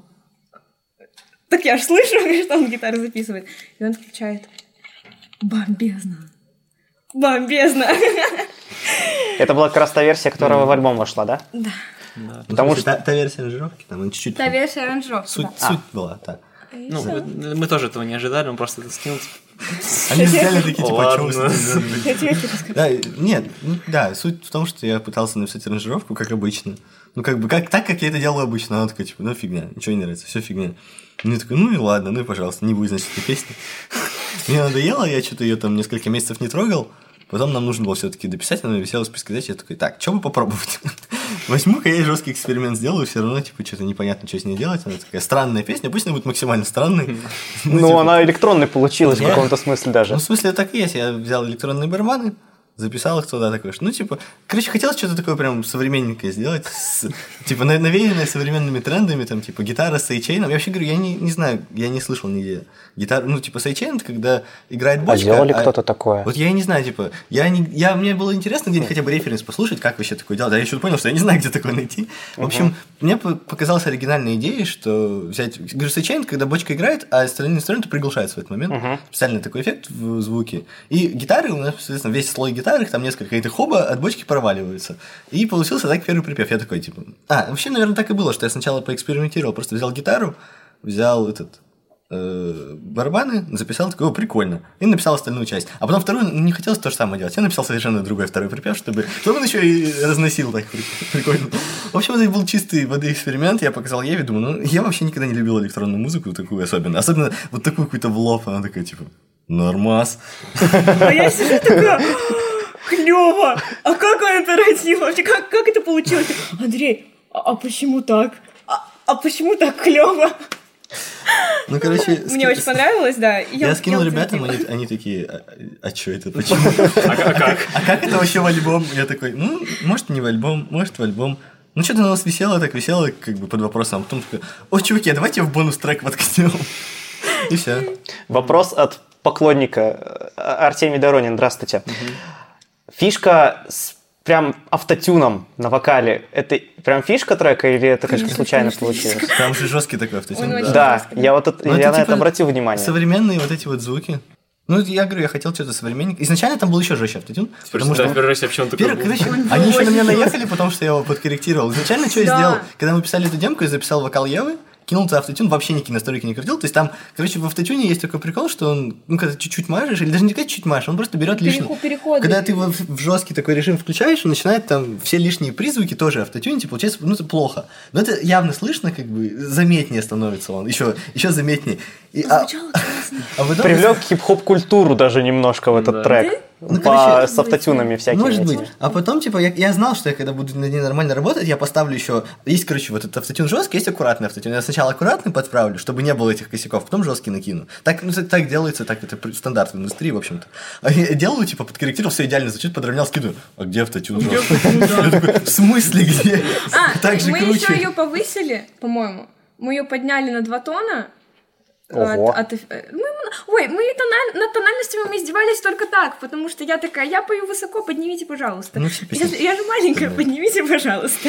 D: Так я ж слышу, что он гитару записывает. И он включает. Бомбезно. Бомбезно.
G: Это была как раз та версия, которая в альбом вошла, да?
D: Да.
C: Да.
G: Потому
C: что та версия аранжировки, там он чуть-чуть.
D: Та версия аранжировки.
C: Суть была, да.
F: Ну, мы тоже этого не ожидали, он просто это скинул.
C: Они взяли такие, типа,
F: Ладно.
C: Да, суть в том, что я пытался написать аранжировку, как обычно. Ну, как бы, так, как я это делаю обычно. Она такая, типа, ну, фигня, ничего не нравится, все фигня. И я такой, ну и ладно, ну и пожалуйста, не будет, значит, этой песни. Мне надоело, я что-то ее там несколько месяцев не трогал. Потом нам нужно было все-таки дописать, она висела в списке задач, я такой, так, что бы попробовать? Возьму-ка я жесткий эксперимент сделаю, все равно, типа, что-то непонятно, что с ней делать. Она такая странная песня, пусть она будет максимально странной.
G: Ну, она электронной получилась в каком-то смысле даже.
C: Ну, в смысле, так и есть. Я взял электронные барабаны, записал их туда такое, ну, типа, короче, хотелось что-то такое прям современненькое сделать, типа, навеянное современными трендами, там, типа, гитара с сайдчейном. Я вообще говорю, я не знаю, я не слышал нигде гитару, ну, типа, сайдчейн, это когда играет бочка.
G: А делал ли кто-то такое?
C: Вот я и не знаю, типа, мне было интересно где-нибудь хотя бы референс послушать, как вообще такое делать, а я еще понял, что я не знаю, где такое найти. В общем, мне показалась оригинальная идея, что взять, говорю, сайдчейн, когда бочка играет, а остальные инструменты приглушаются в этот момент, специальный такой эффект в звуке. И гитары, у нас, соответственно, весь слой гитары, их там несколько, и ты хоба, от бочки проваливаются. И получился так первый припев. Я такой, типа... вообще, наверное, так и было, что я сначала поэкспериментировал, просто взял гитару, взял барабаны, записал, такой, прикольно, и написал остальную часть. А потом вторую не хотелось то же самое делать. Я написал совершенно другой второй припев, чтобы он еще и разносил так прикольно. В общем, это был чистый воды эксперимент. Я показал Еве, думаю, я вообще никогда не любил электронную музыку такую особенно. Особенно вот такую какую-то в лоб. Она такая, типа, нормас.
D: А я сижу такая... Клево! А как он это родил? Вообще, как это получилось? Андрей, а почему так? А почему так клево?
C: Ну, короче...
D: Мне очень понравилось, да.
C: Я скинул ребятам, они такие, а что это, почему? А как это вообще в альбом? Я такой, может, не в альбом, может, в альбом. Ну, что-то на нас висело, как бы под вопросом. А потом такой, чуваки, давайте в бонус-трек воткнем. И все.
G: Вопрос от поклонника. Артемий Доронин, здравствуйте. Фишка с прям автотюном на вокале, это прям фишка трека или это, конечно, случайно получилось?
C: Там же жесткий такой автотюн.
G: Да, я на это обратил внимание.
C: Современные вот эти вот звуки. Ну, я говорю, я хотел что-то современненькое. Изначально там был еще жестче автотюн.
F: Потому что первый раз вообще он такой был.
C: Короче, они еще на меня наехали, потому что я его подкорректировал. Изначально что я сделал? Когда мы писали эту демку, я записал вокал Евы, кинул туда автотюн, вообще никакие настройки не крутил. То есть там, короче, в автотюне есть такой прикол, что он, когда ты чуть-чуть мажешь, или даже не сказать чуть мажешь, он просто берет лишнее. Когда ты его в жесткий такой режим включаешь, он начинает там все лишние призвуки тоже автотюнить, и получается, это плохо. Но это явно слышно, как бы заметнее становится он, еще заметнее.
D: Звучало классно.
G: Привлек хип-хоп-культуру даже немножко в этот трек. С автотюнами всякими.
C: Может быть. А потом, типа, я знал, что я когда буду над ней нормально работать, я поставлю еще. Есть, короче, вот этот автотюн жесткий, есть аккуратный автотюн. Я сначала аккуратный подправлю, чтобы не было этих косяков, потом жесткий накину. Так делается, так это стандарт в индустрии, в общем-то. А я делаю, типа, подкорректировал, все идеально звучит, подровнял, скидываю. А где автотюн жесткий? Я такой, в смысле где? Так же
D: мы
C: круче.
D: еще ее повысили, по-моему. Мы ее подняли на 2 тона.
G: Ого.
D: Мы над тональностями мы издевались только так, потому что я такая, я пою высоко, поднимите, пожалуйста. Я же маленькая, поднимите, пожалуйста.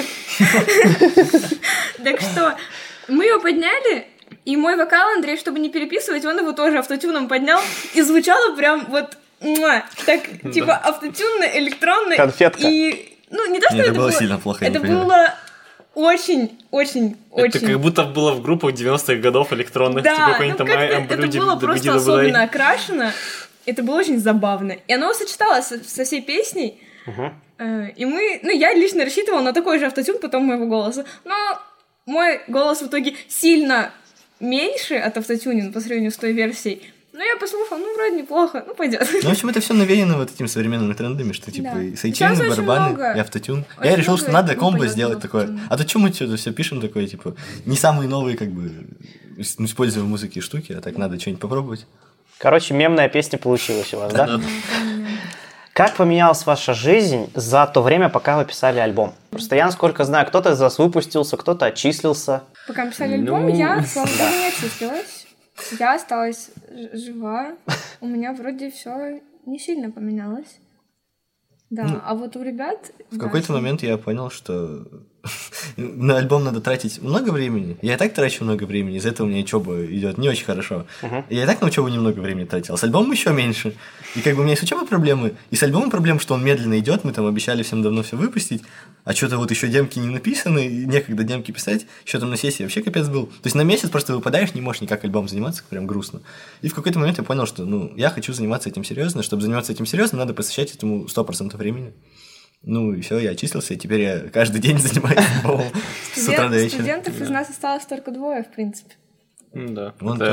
D: Так что мы ее подняли, и мой вокал Андрей, чтобы не переписывать, он его тоже автотюном поднял, и звучало прям вот так, типа автотюнно, электронно.
G: Конфетка.
D: И, не то, что это
C: было сильно плохо,
D: это было... Очень.
F: Это как будто было в группах 90-х годов электронных.
D: Да,
F: типа какой-нибудь там
D: это было просто особенно окрашено. Это было очень забавно. И оно сочеталось со всей песней. И я лично рассчитывала на такой же автотюн потом моего голоса. Но мой голос в итоге сильно меньше от автотюнинга по сравнению с той версией. Но я послушала, вроде неплохо, пойдет.
C: В общем, это все навеяно вот этими современными трендами, что типа и сайдчейны, барабаны, и автотюн. Я решил, что надо комбо сделать такое. А то что мы что-то все пишем такое, типа, не самые новые, как бы, используем в музыке штуки, а так надо что-нибудь попробовать.
G: Короче, мемная песня получилась у вас, да? Как поменялась ваша жизнь за то время, пока вы писали альбом? Просто я, насколько знаю, кто-то из вас выпустился, кто-то отчислился.
D: Пока мы писали альбом, я, слава богу, не отчислилась. Я осталась жива. У меня вроде все не сильно поменялось. Да, а вот у ребят...
C: В какой-то момент я понял, что на альбом надо тратить много времени. Я и так трачу много времени, из-за этого у меня учеба идет не очень хорошо. Я и так на учебу немного времени тратил, а с альбомом еще меньше. И как бы у меня есть учебой проблемы, и с альбомом проблема, что он медленно идет, мы там обещали всем давно все выпустить, а что-то вот еще демки не написаны, и некогда демки писать, еще там на сессии вообще капец был. То есть на месяц просто выпадаешь, не можешь никак альбом заниматься, прям грустно. И в какой-то момент я понял, что я хочу заниматься этим серьезно, чтобы заниматься этим серьезно, надо посвящать этому 100% времени. И все, я отчислился, и теперь я каждый день занимаюсь альбомом с утра до вечера.
D: Студентов из нас осталось только 2, в принципе.
F: Да.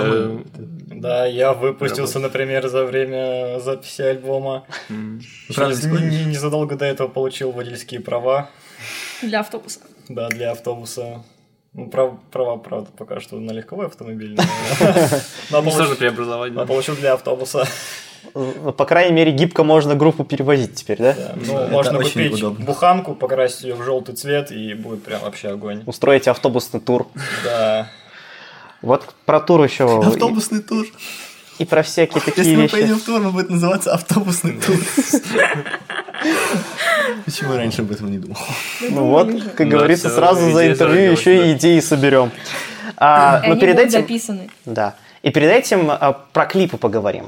E: Да, я выпустился, например, за время записи альбома. Незадолго до этого получил водительские права.
D: Для автобуса.
E: Да, для автобуса. Права, правда, пока что на легковой автомобиль.
F: Сложно преобразовать.
E: Получил для автобуса.
G: По крайней мере, гибко можно группу перевозить теперь, да?
E: Да, ну, можно
C: очень
E: купить
C: удобно.
E: буханку, покрасить ее в желтый цвет, и будет прям вообще огонь.
G: Устроить автобусный тур.
E: Да.
G: Вот про тур еще.
C: Автобусный тур.
G: И про всякие такие
C: Если мы
G: вещи.
C: поедем в тур, он будет называться автобусный тур. Почему я раньше об этом не думал?
G: Ну вот, как говорится,
F: всё,
G: сразу за
F: идея
G: интервью
F: зародилась,
G: еще
F: да.
G: и идеи соберем. Но
D: Они
G: перед
D: будут
G: этим...
D: записаны.
G: Да. И перед этим про клипы поговорим.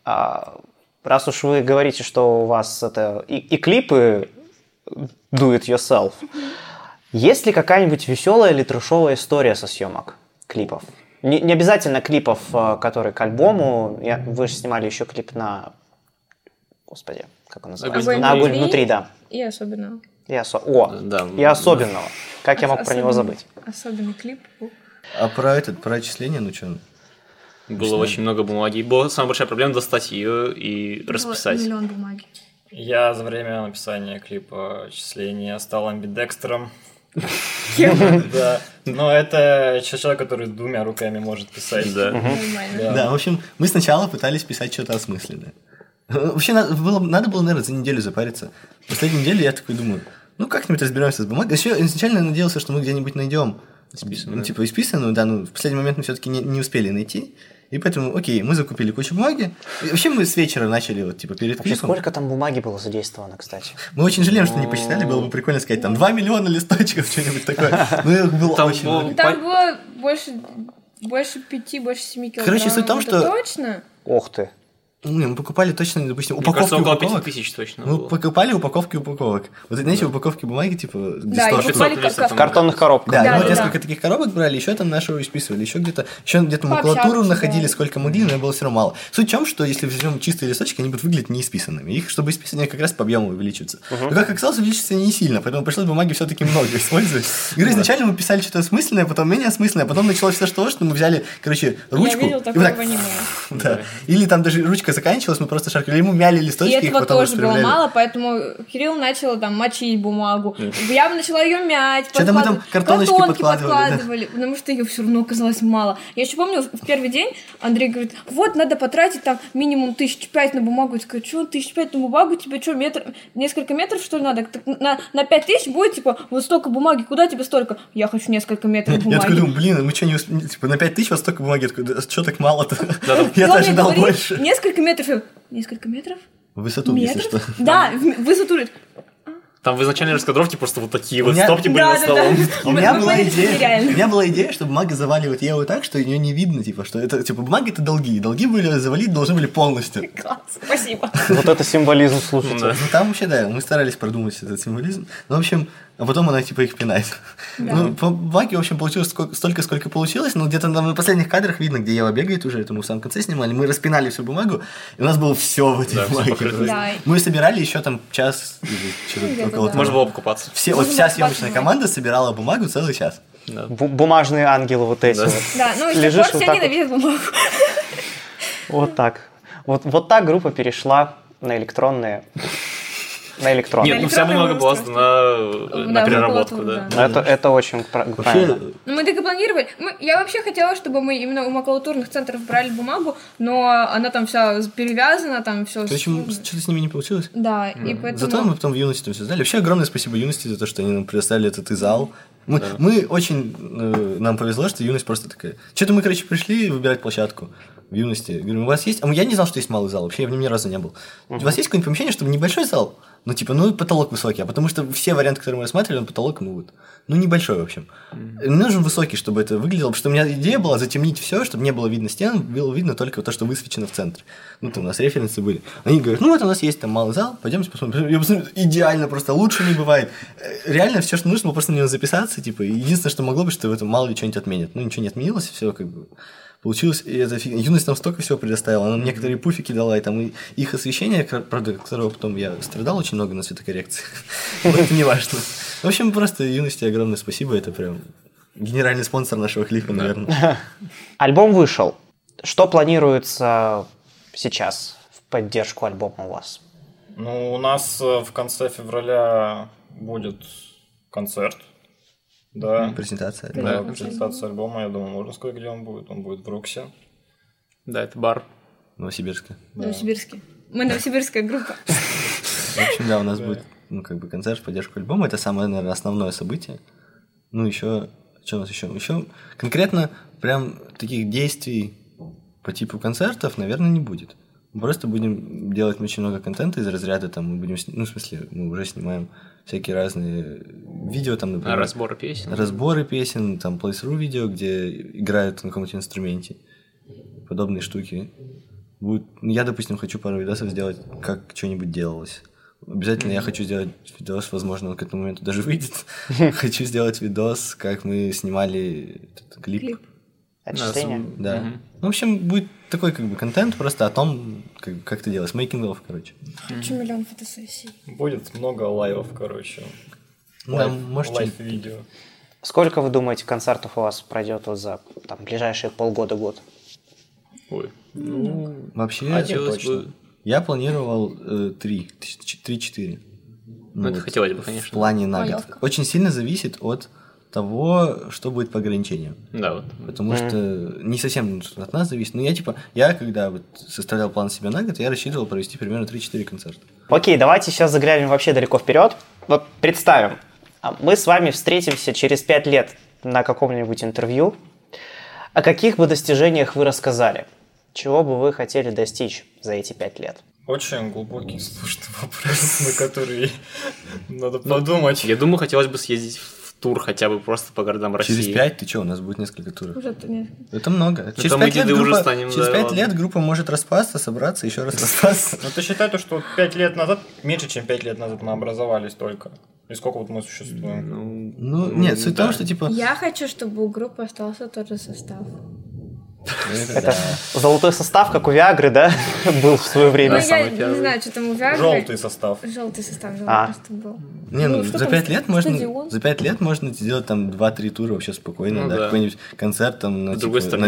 G: Раз уж вы говорите, что у вас это и клипы do it yourself, есть ли какая-нибудь веселая или трешовая история со съемок клипов? Не обязательно клипов, которые к альбому. Вы же снимали еще клип на... Господи, как он называется?
F: «Огонь
G: На «Огонь
D: внутри».
G: внутри», да.
D: И особенно.
F: Да.
G: И особенного. Как я мог про него забыть?
D: Особенный клип.
C: А про отчисление, ну что?
F: Было очень много бумаги. И была самая большая проблема достать ее и расписать.
D: Миллион бумаги.
E: Я за время написания клипа «Отчисления» стал амбидекстером. Да. Но это человек, который двумя руками может писать.
F: Да.
D: Нормально.
C: Да, в общем, мы сначала пытались писать что-то осмысленное. Вообще, надо было, наверное, за неделю запариться. В последнюю неделю я такой думаю, ну, как-нибудь разберемся с бумагой. Еще изначально я надеялся, что мы где-нибудь найдем.
F: Исписанную.
C: Ну, типа, исписанную, да, но в последний момент мы все-таки не успели найти. И поэтому, окей, мы закупили кучу бумаги. И вообще мы с вечера начали, вот, типа, перед
G: Вообще,
C: клипом.
G: сколько там бумаги было задействовано, кстати?
C: Мы очень жалеем, что не посчитали, было бы прикольно сказать, там, 2 миллиона листочков, что-нибудь такое. Ну, их было
F: Там
C: очень
F: было-
C: много.
D: Там было больше 5, больше 7 килограмм.
C: Короче, суть в том,
D: Это
C: что-
D: точно?
G: Ох ты.
C: Ну, мы покупали точно, допустим,
F: Мне
C: упаковки
F: кажется, около
C: упаковок.
F: 5000 точно
C: Мы
F: было.
C: покупали упаковки упаковок. Вот, знаете, упаковки бумаги, типа, где
D: Да, и
C: 100
F: штук.
D: покупали
F: 500
D: как
G: В картонных коробках.
C: Да,
D: Да,
C: и вот
D: да,
C: несколько
D: да.
C: таких коробок брали, еще там нашего исписывали, еще где-то макулатуру
D: Пообщаться,
C: находили,
D: да.
C: сколько могли, но было все равно мало. Суть в чем, что если возьмем чистые листочки, они будут выглядеть неисписанными. Их, чтобы исписать, они как раз по объему увеличиваются. Но как оказалось, увеличивается не сильно, поэтому пришлось бумаги все-таки много использовать. И говорю, изначально мы писали что-то осмысленное, потом менее осмысленное, потом началось все с того, что мы взяли, короче, ручку.
D: Я видел
C: и
D: такое
C: вот так,
D: в аниме.
C: да. Или там даже ручка заканчивалась, мы просто шаркали, или мы мяли листочки,
D: И
C: их
D: этого
C: потом
D: тоже было
C: распределяли.
D: мало, поэтому Кирилл начал там мочить бумагу. Я начала ее мять,
C: Что-то мы там картоночки подкладывали,
D: потому что ее все равно оказалось мало. Я еще помню, в первый день Андрей говорит, вот, надо потратить там минимум 1005 на бумагу. Я такая, что, 1005 на бумагу? Тебе что, несколько метров, что ли, надо? Так на 5000 будет, типа, вот столько бумаги, куда тебе столько? Я хочу несколько метров
C: Я
D: бумаги.
C: такой думаю, блин, мы что, не успели, типа, на 5000 вот столько бумаги, я такой, да, что так мало-то?
D: И
C: Я-то
D: он мне
C: ожидал
D: говорит,
C: больше.
D: Несколько метров. Я, несколько метров?
C: В высоту, если что.
D: Да, в высоту.
F: Там в изначальной раскадровке просто вот такие
C: У
F: вот
C: меня-
F: стопки были
D: Да,
F: над
D: да,
F: столом.
C: У меня
D: Мы
C: была
D: поняли, что это нереально.
C: идея, что бумага заваливает Еву так, что ее не видно, типа, что это, типа, бумага это долги. Долги были завалить должны были полностью.
D: Класс, спасибо.
G: Вот это символизм, слушайте.
F: Да.
C: Ну, там вообще, да, мы старались продумать этот символизм. Ну, в общем, а потом она, типа, их пинает. Ну, по бумаге, в общем, получилось столько, сколько получилось. Но где-то на последних кадрах видно, где Ева бегает уже, это мы в самом конце снимали. Мы распинали всю бумагу, и у нас было все в этой
F: Да, всё
C: бумаге.
F: покрыто.
D: Да.
C: Мы собирали еще там час или что-то
D: Где-то
C: около
D: да.
C: того.
F: Можно было покупаться.
C: Все, вот вся съемочная команда собирала бумагу целый час.
G: Бумажные ангелы вот эти
F: Да.
G: вот.
D: Да, ну и с тех
G: Лежишь
D: пор
G: вот
D: все
G: так вот.
D: ненавидят бумагу.
G: Вот так. Вот так группа перешла на электронные. На электронные.
F: Нет, ну вся бумага была на переработку, да.
G: Это очень правильно.
D: Ну, мы так и планировали. Я вообще хотела, чтобы мы именно у макулатурных центров брали бумагу, но она там вся перевязана, там все.
C: Короче, что-то с ними не получилось.
D: Да, и поэтому...
C: Зато мы потом в юности там все сдали. Вообще огромное спасибо юности за то, что они нам предоставили этот зал. Мы очень... нам повезло, что юность просто такая... Что-то мы, короче, пришли выбирать площадку в юности. Говорим, у вас есть... А я не знал, что есть малый зал. Вообще я в нем ни разу не был. У вас есть какое-нибудь помещение, чтобы небольшой зал? Ну, типа, потолок высокий. А потому что все варианты, которые мы рассматривали, он потолок, небольшой, в общем. Мне нужен высокий, чтобы это выглядело. Потому что у меня идея была затемнить все, чтобы не было видно стен, было видно только то, что высвечено в центре. Ну, там у нас референсы были. Они говорят, вот у нас есть там малый зал, пойдемте посмотрим. Я посмотрю, идеально, просто лучше не бывает. Реально, все, что нужно, было просто на него записаться, типа. Единственное, что могло быть, что в этом мало ли что-нибудь отменят. Ну, ничего не отменилось, все как бы... Получилось, и это юность нам столько всего предоставила. Она некоторые пуфики дала, и там и их освещение, правда, которого потом я страдал очень много на цветокоррекции. Но это не важно. В общем, просто юности огромное спасибо. Это прям генеральный спонсор нашего клипа, наверное.
G: Альбом вышел. Что планируется сейчас в поддержку альбома у вас?
E: Ну, у нас в конце февраля будет концерт. Да.
C: Презентация.
E: Да, презентация альбома, я думаю, можно сказать, где он будет. Он будет в Роксе.
F: Да, это бар.
C: В Новосибирске.
D: В Новосибирске. Мы новосибирская группа.
C: В общем, да, у нас будет концерт в поддержку альбома. Это самое, наверное, основное событие. Ну, еще... Что у нас еще? Еще конкретно прям таких действий по типу концертов, наверное, не будет. Мы просто будем делать очень много контента из разряда, там, мы будем... Ну, в смысле, мы уже снимаем всякие разные видео, там, например...
F: Разборы песен.
C: Разборы песен, там, плейсру видео, где играют на каком-то инструменте. Подобные штуки. Я, допустим, хочу пару видосов сделать, как что-нибудь делалось. Обязательно я хочу сделать видос, возможно, он к этому моменту даже выйдет. Хочу сделать видос, как мы снимали этот клип.
G: Отчисление?
C: Да. В общем, будет такой как бы контент просто о том, как это делать. Making-of, короче.
D: Хочу миллион фотосессий.
E: Будет много лайвов, короче.
C: Да, можете...
E: Лайв-видео.
G: Сколько, вы думаете, концертов у вас пройдет вот за там, ближайшие полгода-год?
F: Ой.
C: Вообще,
F: Хотелось бы...
C: Я планировал 3-4.
F: Ну, это хотелось бы, конечно.
C: В плане на год. Очень сильно зависит от того, что будет по ограничениям.
F: Да, вот.
C: Потому что не совсем от нас зависит. Но я когда вот составлял план себе на год, я рассчитывал провести примерно 3-4 концерта.
G: Окей, давайте сейчас заглянем вообще далеко вперед. Вот представим, мы с вами встретимся через 5 лет на каком-нибудь интервью. О каких бы достижениях вы рассказали? Чего бы вы хотели достичь за эти 5 лет?
E: Очень глубокий, сложный вопрос, на который надо подумать.
F: Я думаю, хотелось бы съездить в тур хотя бы просто по городам России.
C: Через 5 ты что, у нас будет несколько туров.
D: Уже нет.
C: Это много.
F: Через
C: 5 лет группа может распасться, собраться, еще раз распасться.
E: Ну ты считай то, что 5 лет назад, меньше чем 5 лет назад мы образовались только. И сколько вот мы существуем?
C: Нет, суть в том, что типа...
D: Я хочу, чтобы у группы остался тот же состав.
G: Это золотой состав, как у Виагры, да? Был в свое время.
D: Ну, я не знаю, что там у Виагры.
E: Желтый состав.
D: Желтый состав просто был.
C: За 5 лет можно сделать там 2-3 тура вообще спокойно, да, какой-нибудь концерт там на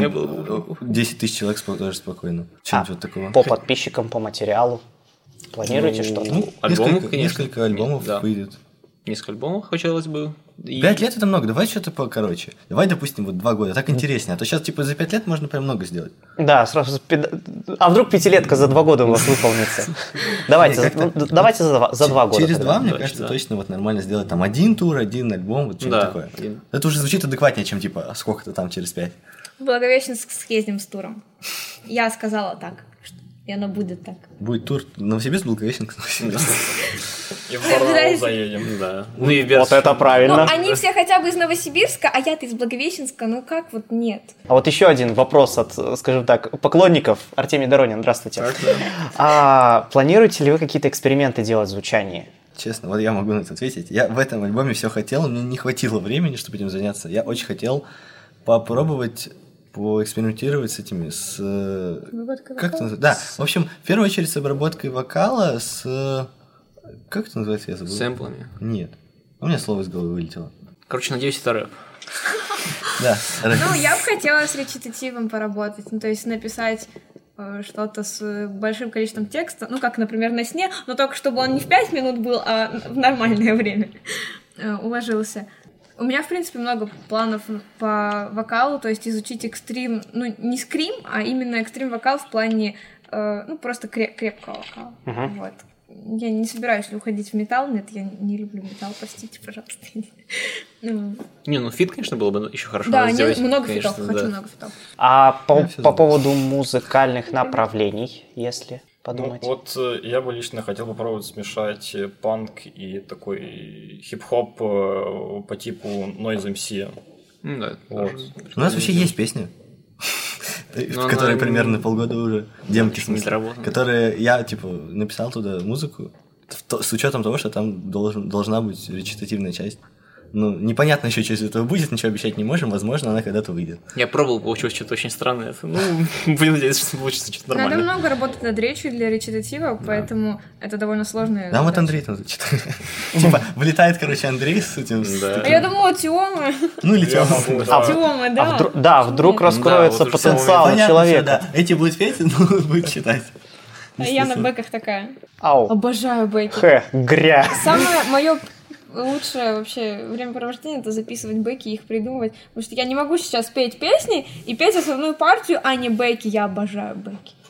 C: 10 тысяч человек тоже спокойно. Что-нибудь вот такого.
G: По подписчикам, по материалу. Планируете что-то?
C: Несколько альбомов выйдет.
F: Несколько альбомов хотелось бы.
C: 5 лет это много, давай что-то покороче. Давай, допустим, вот 2 года, так интереснее. А то сейчас типа за 5 лет можно прям много сделать.
G: Да, сразу. А вдруг 5-летка за 2 года у вас выполнится? Давайте за 2 года.
C: Через 2, мне кажется, точно вот нормально сделать там 1 тур, 1 альбом, вот что-то такое. Это уже звучит адекватнее, чем типа сколько-то там через 5.
D: В Благовещенск съездим с туром. Я сказала так, и оно будет так.
C: Будет тур Новосибирск, Благовещенск.
E: И в Барнаул заедем.
F: Да.
G: Ну и вот это правильно.
D: Ну, они все хотя бы из Новосибирска, а я-то из Благовещенска, ну как вот нет?
G: А вот еще один вопрос от, скажем так, поклонников. Артемий Доронин, здравствуйте. Планируете ли вы какие-то эксперименты делать в звучании?
C: Честно, вот я могу на это ответить. Я в этом альбоме все хотел, мне не хватило времени, чтобы этим заняться. Я очень хотел попробовать поэкспериментировать с этими, как это называется? Да, в общем, в первую очередь с обработкой вокала, как это называется, я забыл?
F: Сэмплами?
C: Нет. У меня слово из головы вылетело.
F: Короче, надеюсь, это рэп.
C: Да, рэп.
D: Ну, я бы хотела с речитативом поработать, ну, то есть написать что-то с большим количеством текста, ну, как, например, на сне, но только чтобы он не в 5 минут был, а в нормальное время уложился. У меня, в принципе, много планов по вокалу, то есть изучить экстрим, ну, не скрим, а именно экстрим-вокал в плане, ну, просто крепкого вокала. Вот. Я не собираюсь уходить в металл, нет, я не люблю металл, простите, пожалуйста.
F: Не, ну фит, конечно, было бы еще хорошо
D: сделать.
F: Да,
D: много фитов, хочу много фитов.
G: А по поводу музыкальных направлений, если подумать?
E: Ну, вот я бы лично хотел попробовать смешать панк и такой хип-хоп по типу Noise MC.
F: Да,
E: вот.
C: У нас вообще есть песня, в которой примерно полгода уже демки, в смысле, которые я, типа, написал туда музыку, с учетом того, что там должна быть речитативная часть. Ну, непонятно еще, что из этого будет, ничего обещать не можем, возможно, она когда-то выйдет.
F: Я пробовал, получилось что-то очень странное. Ну, будем надеяться, что получится что-то нормально.
D: Надо много работать над речью для речитатива, поэтому это довольно сложно.
C: Да, вот Андрей там читает. Типа, вылетает, короче, Андрей с этим...
D: А я думала, Тёма.
C: Ну, или Тёма.
D: Тёма, да.
G: Да, вдруг раскроется потенциал человека.
C: Эти будут петь, но будет читать.
D: А я на бэках такая.
G: Ау.
D: Обожаю бэки.
G: Гря.
D: Самое мое лучшее вообще времяпровождение — это записывать бэки и их придумывать. Потому что я не могу сейчас петь песни и петь основную партию, а не бэки. Я обожаю бэки.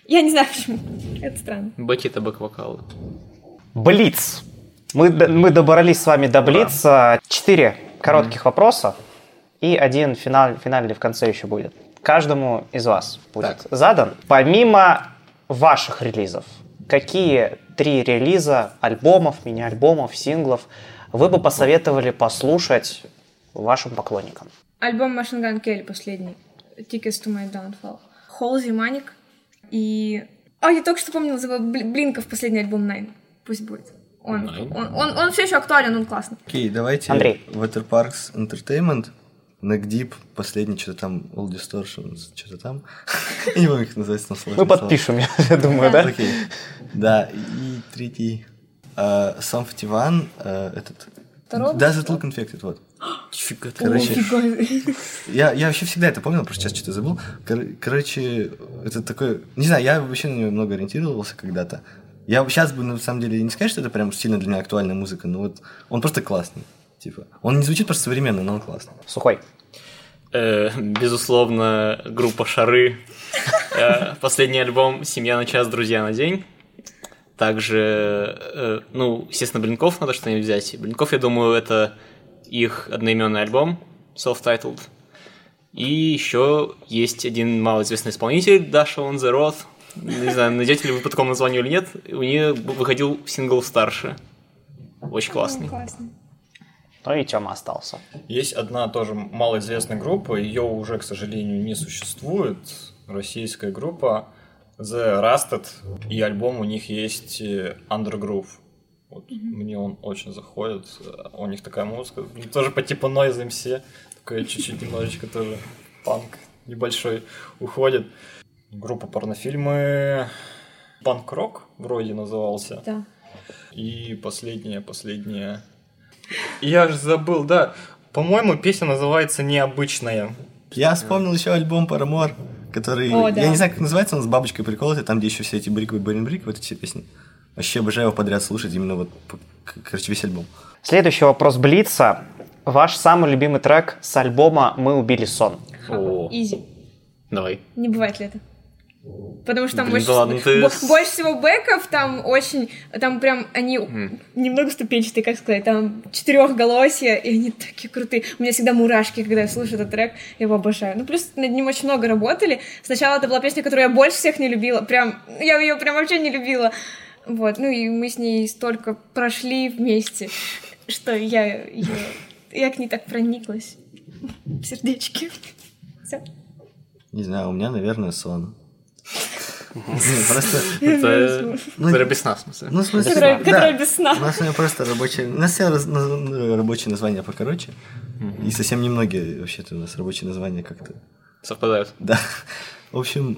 D: Я не знаю почему. Это странно.
F: Бэки — это бэк-вокалы.
G: Блиц. Мы добрались с вами до Блица. 4 коротких вопроса и один финальный в конце еще будет. Каждому из вас будет задан. Помимо ваших релизов, какие 3 релиза альбомов, мини-альбомов, синглов вы бы посоветовали послушать вашим поклонникам?
D: Альбом Machine Gun Kelly последний. Tickets to My Downfall. Halsey, Manic. И... я только что помнила, забыла, Блинков последний альбом Nine. Пусть будет. Он все еще актуален, он классный.
C: Окей, давайте
G: Андрей.
C: Water Parks Entertainment, Neck Deep, последний что-то там, All Distortions, что-то там. Я не помню, как называется, там сложно.
G: Мы подпишем, я думаю, да?
C: Окей. Да, и третий. Sum 51, этот... Does It Look Infected, вот. Короче, я вообще всегда это помнил, просто сейчас что-то забыл. Короче, это такое... Не знаю, я вообще на него много ориентировался когда-то. Я сейчас бы, на самом деле, не сказать, что это прям сильно для меня актуальная музыка, но вот он просто классный. Типа, он не звучит просто современно, но он классный.
G: Сухой.
F: Безусловно, группа «Шары». Последний альбом «Семья на час, друзья на день». Также, естественно, Блинков надо что-нибудь взять. Блинков, я думаю, это их одноименный альбом, self-titled. И еще есть один малоизвестный исполнитель, Dasha on the Road. Не знаю, найдете ли вы по такому названию или нет. У нее выходил сингл «Старше». Очень классный.
G: Ну и Тёма остался.
E: Есть одна тоже малоизвестная группа, ее уже, к сожалению, не существует. Российская группа The Rusted, и альбом у них есть Undergroove. Вот, мне он очень заходит. У них такая музыка, тоже по типу Noise MC, такая чуть-чуть немножечко тоже панк небольшой уходит. Группа порнофильмы Панк-рок вроде назывался.
D: Да.
E: И последняя. Я же забыл, да. По-моему, песня называется «Необычная».
C: Я вспомнил еще альбом Paramore, который...
D: Да.
C: Я не знаю, как называется, он с бабочкой приколотый, там, где еще все эти Brick by Brick, вот эти все песни. Вообще обожаю его подряд слушать, именно вот, короче, весь альбом.
G: Следующий вопрос Блица. Ваш самый любимый трек с альбома «Мы убили сон».
D: Изи.
F: Давай.
D: Не бывает ли это? Потому что там
F: больше
D: всего бэков, там прям они немного ступенчатые, как сказать, там 4-голосья, и они такие крутые. У меня всегда мурашки, когда я слушаю этот трек, я его обожаю. Ну, плюс над ним очень много работали. Сначала это была песня, которую я больше всех не любила, я ее прям вообще не любила. Вот, ну и мы с ней столько прошли вместе, что я к ней так прониклась в сердечке. Все.
C: Не знаю, у меня, наверное, сон. Просто...
F: Это без сна, в смысле.
C: Ну, в смысле,
D: которая без сна.
C: У нас просто рабочее... У нас все рабочие названия покороче. И совсем немногие вообще-то у нас рабочие названия как-то...
F: Совпадают.
C: Да. В общем,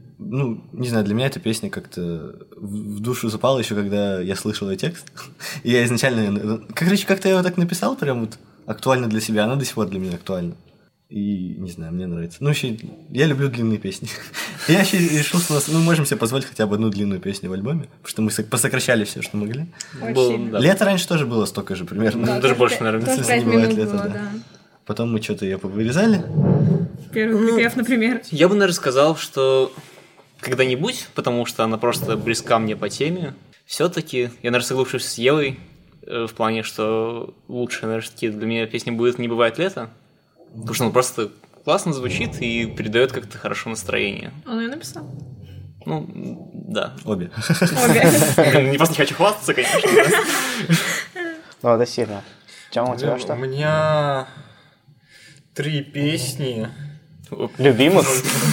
C: не знаю, для меня эта песня как-то в душу запала еще, когда я слышал ее текст. И я изначально... Короче, как-то я его так написал, прям вот актуально для себя. Она до сих пор для меня актуальна. И, не знаю, мне нравится. Ну, вообще, я люблю длинные песни. Я вообще решил, что мы можем себе позволить хотя бы одну длинную песню в альбоме, потому что мы посокращали все, что могли. Лето раньше тоже было столько же примерно.
D: Да,
F: даже больше, наверное.
D: Тоже 5 минут было, да.
C: Потом мы что-то ее повырезали.
D: Первый припев, например.
F: Я бы, наверное, сказал, что когда-нибудь, потому что она просто близка мне по теме, все-таки, я, наверное, соглашусь с Евой в плане, что лучшая, наверное, все-таки для меня песня будет «Не бывает лета», потому что она просто классно звучит и передает как-то хорошо настроение.
D: Он ее написал?
F: Ну, да.
C: Обе.
F: Не просто не хочу хвастаться, конечно.
G: Ну, это сильно. Тёма, у тебя что?
E: У меня 3 песни.
G: Любимых?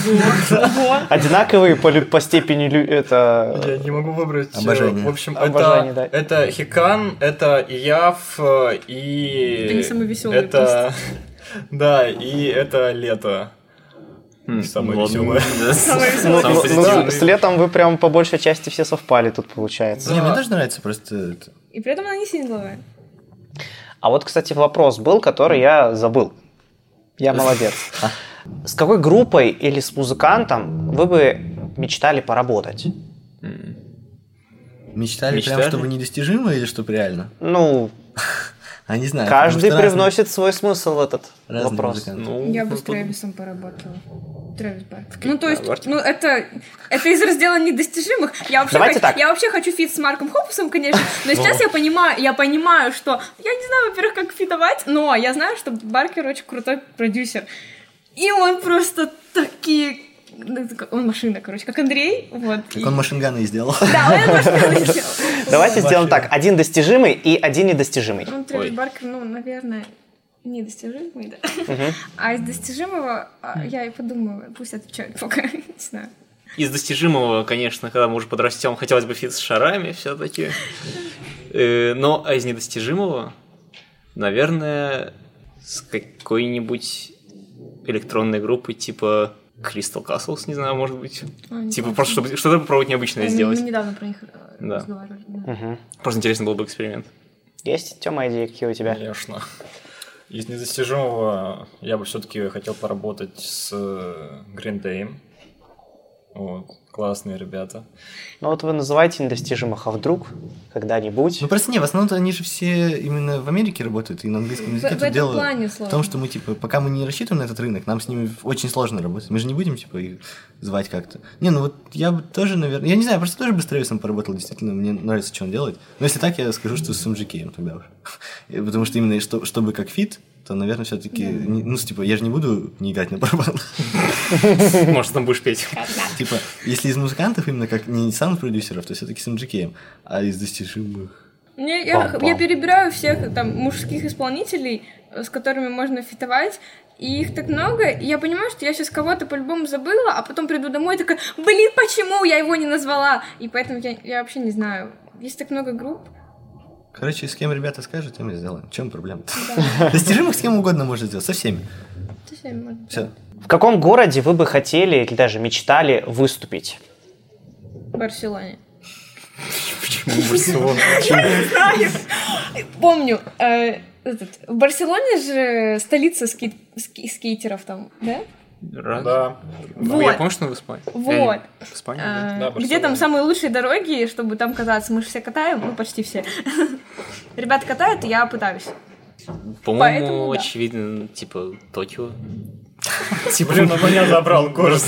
G: Одинаковые по степени... Это...
E: Я не могу выбрать.
C: Обожание.
E: В общем,
G: Обожание, да.
E: это Хикан, это Ияв и...
D: Это не самый веселый
E: это... Да, и это лето. Самое веселое.
G: С летом вы прям по большей части все совпали тут, получается.
C: Не, мне тоже нравится просто...
D: И при этом она не сингловая.
G: А вот, кстати, вопрос был, который я забыл. Я молодец. С какой группой или с музыкантом вы бы мечтали поработать?
C: Мечтали прям, чтобы недостижимо или чтобы реально?
G: Ну...
C: А не знаю.
G: Каждый привносит свой смысл в этот вопрос.
C: Музыканты.
D: Я бы с Трэвисом поработала. Трэвис Баркер. Ну, то есть, это из раздела недостижимых. Я вообще хочу фит с Марком Хопусом, конечно, но сейчас я понимаю, что я не знаю, во-первых, как фитовать, но я знаю, что Баркер очень крутой продюсер. И он просто он машина, короче, как Андрей. Вот.
C: Как он машинганы и сделал.
D: Да, он машинганы сделал.
G: Давайте сделаем так. Один достижимый и один недостижимый.
D: Ну, Трэвис Баркер, наверное... недостижимый, да. А из достижимого я и подумаю, пусть отвечают пока, не знаю.
F: Из достижимого, конечно, когда мы уже подрастем, хотелось бы фит с шарами все-таки. Но из недостижимого, наверное, с какой-нибудь электронной группой типа Crystal Castles, не знаю, может быть. Типа просто чтобы что-то попробовать необычное сделать.
D: Мы недавно про них разговаривали.
F: Просто интересно был бы эксперимент.
G: Есть, Тёма, идеи какие у тебя?
E: Конечно. Из недостижимого я бы все-таки хотел поработать с Green Day. Вот. Классные ребята.
G: Ну вот вы называете недостижимых, а вдруг когда-нибудь...
C: Ну просто в основном-то они же все именно в Америке работают, и на английском языке.
D: В этом плане сложно.
C: В том, что мы, пока мы не рассчитываем на этот рынок, нам с ними очень сложно работать. Мы же не будем, их звать как-то. Я бы тоже, наверное... Я не знаю, я просто тоже бы с Трэвисом поработал, действительно, мне нравится, что он делает. Но если так, я скажу, что с MGK тогда уже. Потому что именно, чтобы как фит, то, наверное, все-таки... я же не буду не играть на барабанах.
F: Может, там будешь петь.
C: Если из музыкантов именно как не саунд-продюсеров, то все-таки с MGK, а из достижимых...
D: Я перебираю всех там мужских исполнителей, с которыми можно фитовать, и их так много, и я понимаю, что я сейчас кого-то по-любому забыла, а потом приду домой и такая, почему я его не назвала? И поэтому я вообще не знаю. Есть так много групп.
C: Короче, с кем ребята скажут, тем и сделаем. В чем проблема-то? Достижимых с кем угодно можно сделать, со всеми.
D: Со всеми можно.
C: Все.
G: В каком городе вы бы хотели или даже мечтали выступить?
D: В Барселоне.
F: Почему Барселона?
D: Я не знаю. Помню, в Барселоне же столица скейтеров там, да?
E: Да.
F: Вот. Я помню, что в Испании.
D: Вот.
F: В Испании, да.
D: Где там самые лучшие дороги, чтобы там кататься? Мы же все катаем, почти все. Ребята катают, и я пытаюсь.
F: По-моему, очевидно, Токио.
E: Блин, он меня забрал город.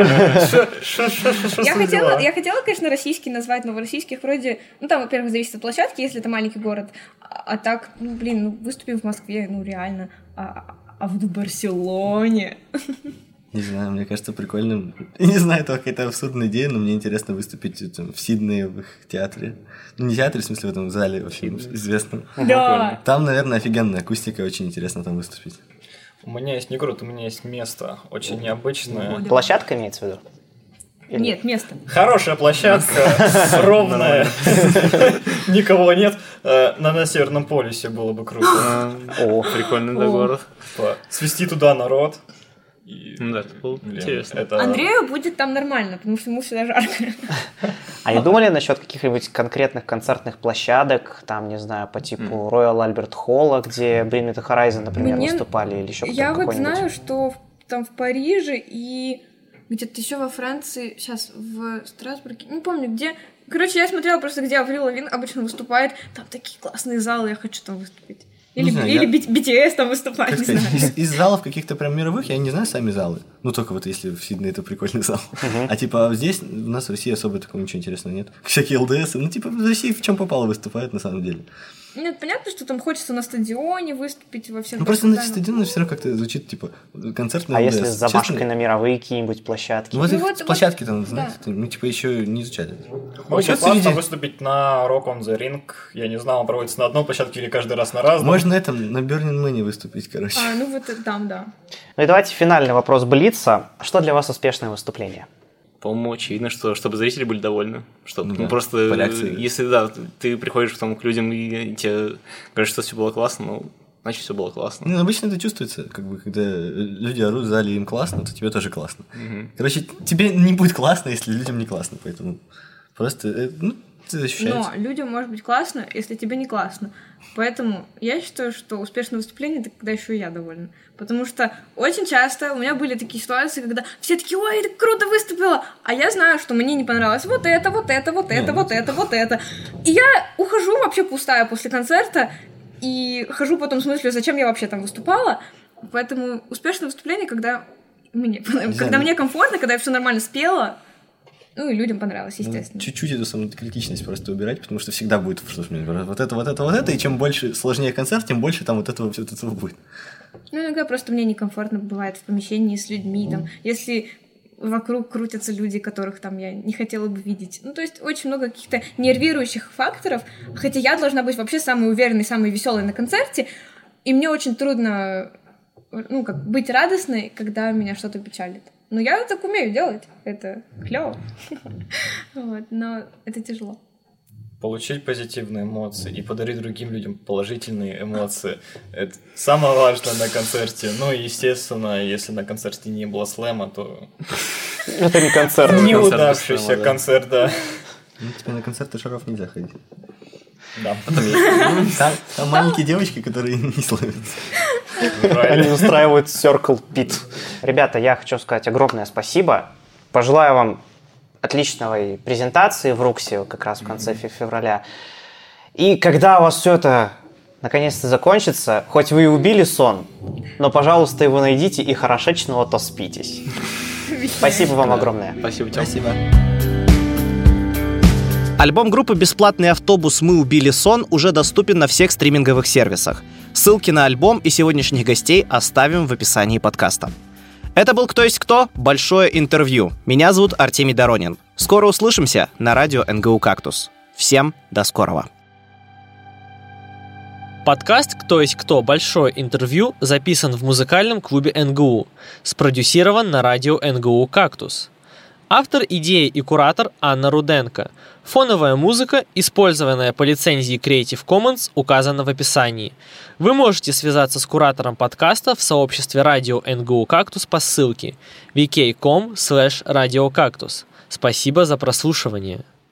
D: Я хотела, конечно, российский назвать, но в российских вроде... там, во-первых, зависит от площадки, если это маленький город. А так, выступим в Москве, реально. А в Барселоне...
C: Не знаю, мне кажется, прикольным. Я не знаю, это какая-то абсурдная идея, но мне интересно выступить в Сиднее, в их театре. Не театре, в смысле, в этом зале вообще известном.
D: Да.
C: Там, наверное, офигенная акустика, очень интересно там выступить.
E: У меня есть не город, у меня есть место, очень необычное.
G: Площадка имеется в виду?
D: Нет, место.
E: Хорошая площадка, ровная, никого нет. На Северном полюсе было бы круто.
F: О, прикольный город.
E: Свести туда народ.
F: Да, это было интересно.
D: Андрею будет там нормально, потому что ему всегда жарко.
G: А не думали насчет каких-нибудь конкретных концертных площадок, там, не знаю, по типу Royal Albert Hall, где Bring Me The Horizon, например, выступали, или еще
D: я вот знаю, что там в Париже и где-то еще во Франции, сейчас в Страсбурге, не помню где. Короче, я смотрела просто, где Аврил Лавин обычно выступает. Там такие классные залы, я хочу там выступить. Или BTS там выступает, не знаю.
C: Из залов каких-то прям мировых я не знаю сами залы. Только если в Сиднее это прикольный зал. А здесь у нас в России особо такого ничего интересного нет. Всякие ЛДС. В России в чем попало выступают на самом деле.
D: Нет, понятно, что там хочется на стадионе выступить во всех...
C: Просто на стадионе все равно как-то звучит, концерт на ЛДС.
G: А если с замашкой на мировые какие-нибудь площадки?
C: Площадки там, знаете, мы еще не изучали.
E: Очень классно выступить на Rock on the Ring. Я не знал, он проводится на одной площадке или каждый раз на разном.
C: Можно на Burning Man выступить, короче.
D: Там, да.
G: Ну и давайте финальный вопрос Блица. Что для вас успешное выступление?
F: По-моему, очевидно, чтобы зрители были довольны. Чтобы просто, если ты приходишь потом к людям и тебе говорят, что все было классно, значит, все было классно.
C: Обычно это чувствуется, когда люди орут в зале, им классно, то тебе тоже классно. Короче, тебе не будет классно, если людям не классно, поэтому просто ты ощущаешь.
D: Но людям может быть классно, если тебе не классно. Поэтому я считаю, что успешное выступление — это когда еще и я довольна. Потому что очень часто у меня были такие ситуации, когда все такие: ой, ты круто выступила, а я знаю, что мне не понравилось вот это. И я ухожу вообще пустая после концерта, и хожу потом с мыслью, зачем я вообще там выступала. Поэтому успешное выступление, когда Когда мне комфортно, когда я все нормально спела, ну и людям понравилось, естественно.
C: Чуть-чуть эту самокритичность просто убирать, потому что всегда будет вот это, и чем больше, сложнее концерт, тем больше там вот этого будет.
D: Ну, иногда просто мне некомфортно бывает в помещении с людьми, там, если вокруг крутятся люди, которых там я не хотела бы видеть. Ну, то есть очень много каких-то нервирующих факторов, хотя я должна быть вообще самой уверенной, самой веселой на концерте, и мне очень трудно, быть радостной, когда меня что-то печалит. Но я так умею делать, это клево, но это тяжело.
E: Получить позитивные эмоции и подарить другим людям положительные эмоции – это самое важное на концерте. Ну и, естественно, если на концерте не было слэма, то…
G: Это не концерт.
E: Неудавшийся концерт, да.
C: На концерты шаров нельзя ходить.
E: Да.
C: Там маленькие девочки, которые не славятся.
G: Они устраивают Circle Pit. Ребята, я хочу сказать огромное спасибо. Пожелаю вам отличной презентации в Руксе как раз в конце февраля. И когда у вас все это наконец-то закончится, хоть вы и убили сон, но, пожалуйста, его найдите и хорошечно отоспитесь. Спасибо вам огромное.
F: Спасибо, Тём.
C: Спасибо.
A: Альбом группы «Бесплатный автобус. Мы убили сон» уже доступен на всех стриминговых сервисах. Ссылки на альбом и сегодняшних гостей оставим в описании подкаста. Это был «Кто есть кто?» Большое интервью. Меня зовут Артемий Доронин. Скоро услышимся на радио НГУ «Кактус». Всем до скорого.
H: Подкаст «Кто есть кто?» Большое интервью записан в музыкальном клубе НГУ. Спродюсирован на радио НГУ «Кактус». Автор идеи и куратор Анна Руденко. Фоновая музыка, использованная по лицензии Creative Commons, указана в описании. Вы можете связаться с куратором подкаста в сообществе радио НГУ «Кактус» по ссылке vk.com/radiocactus. Спасибо за прослушивание.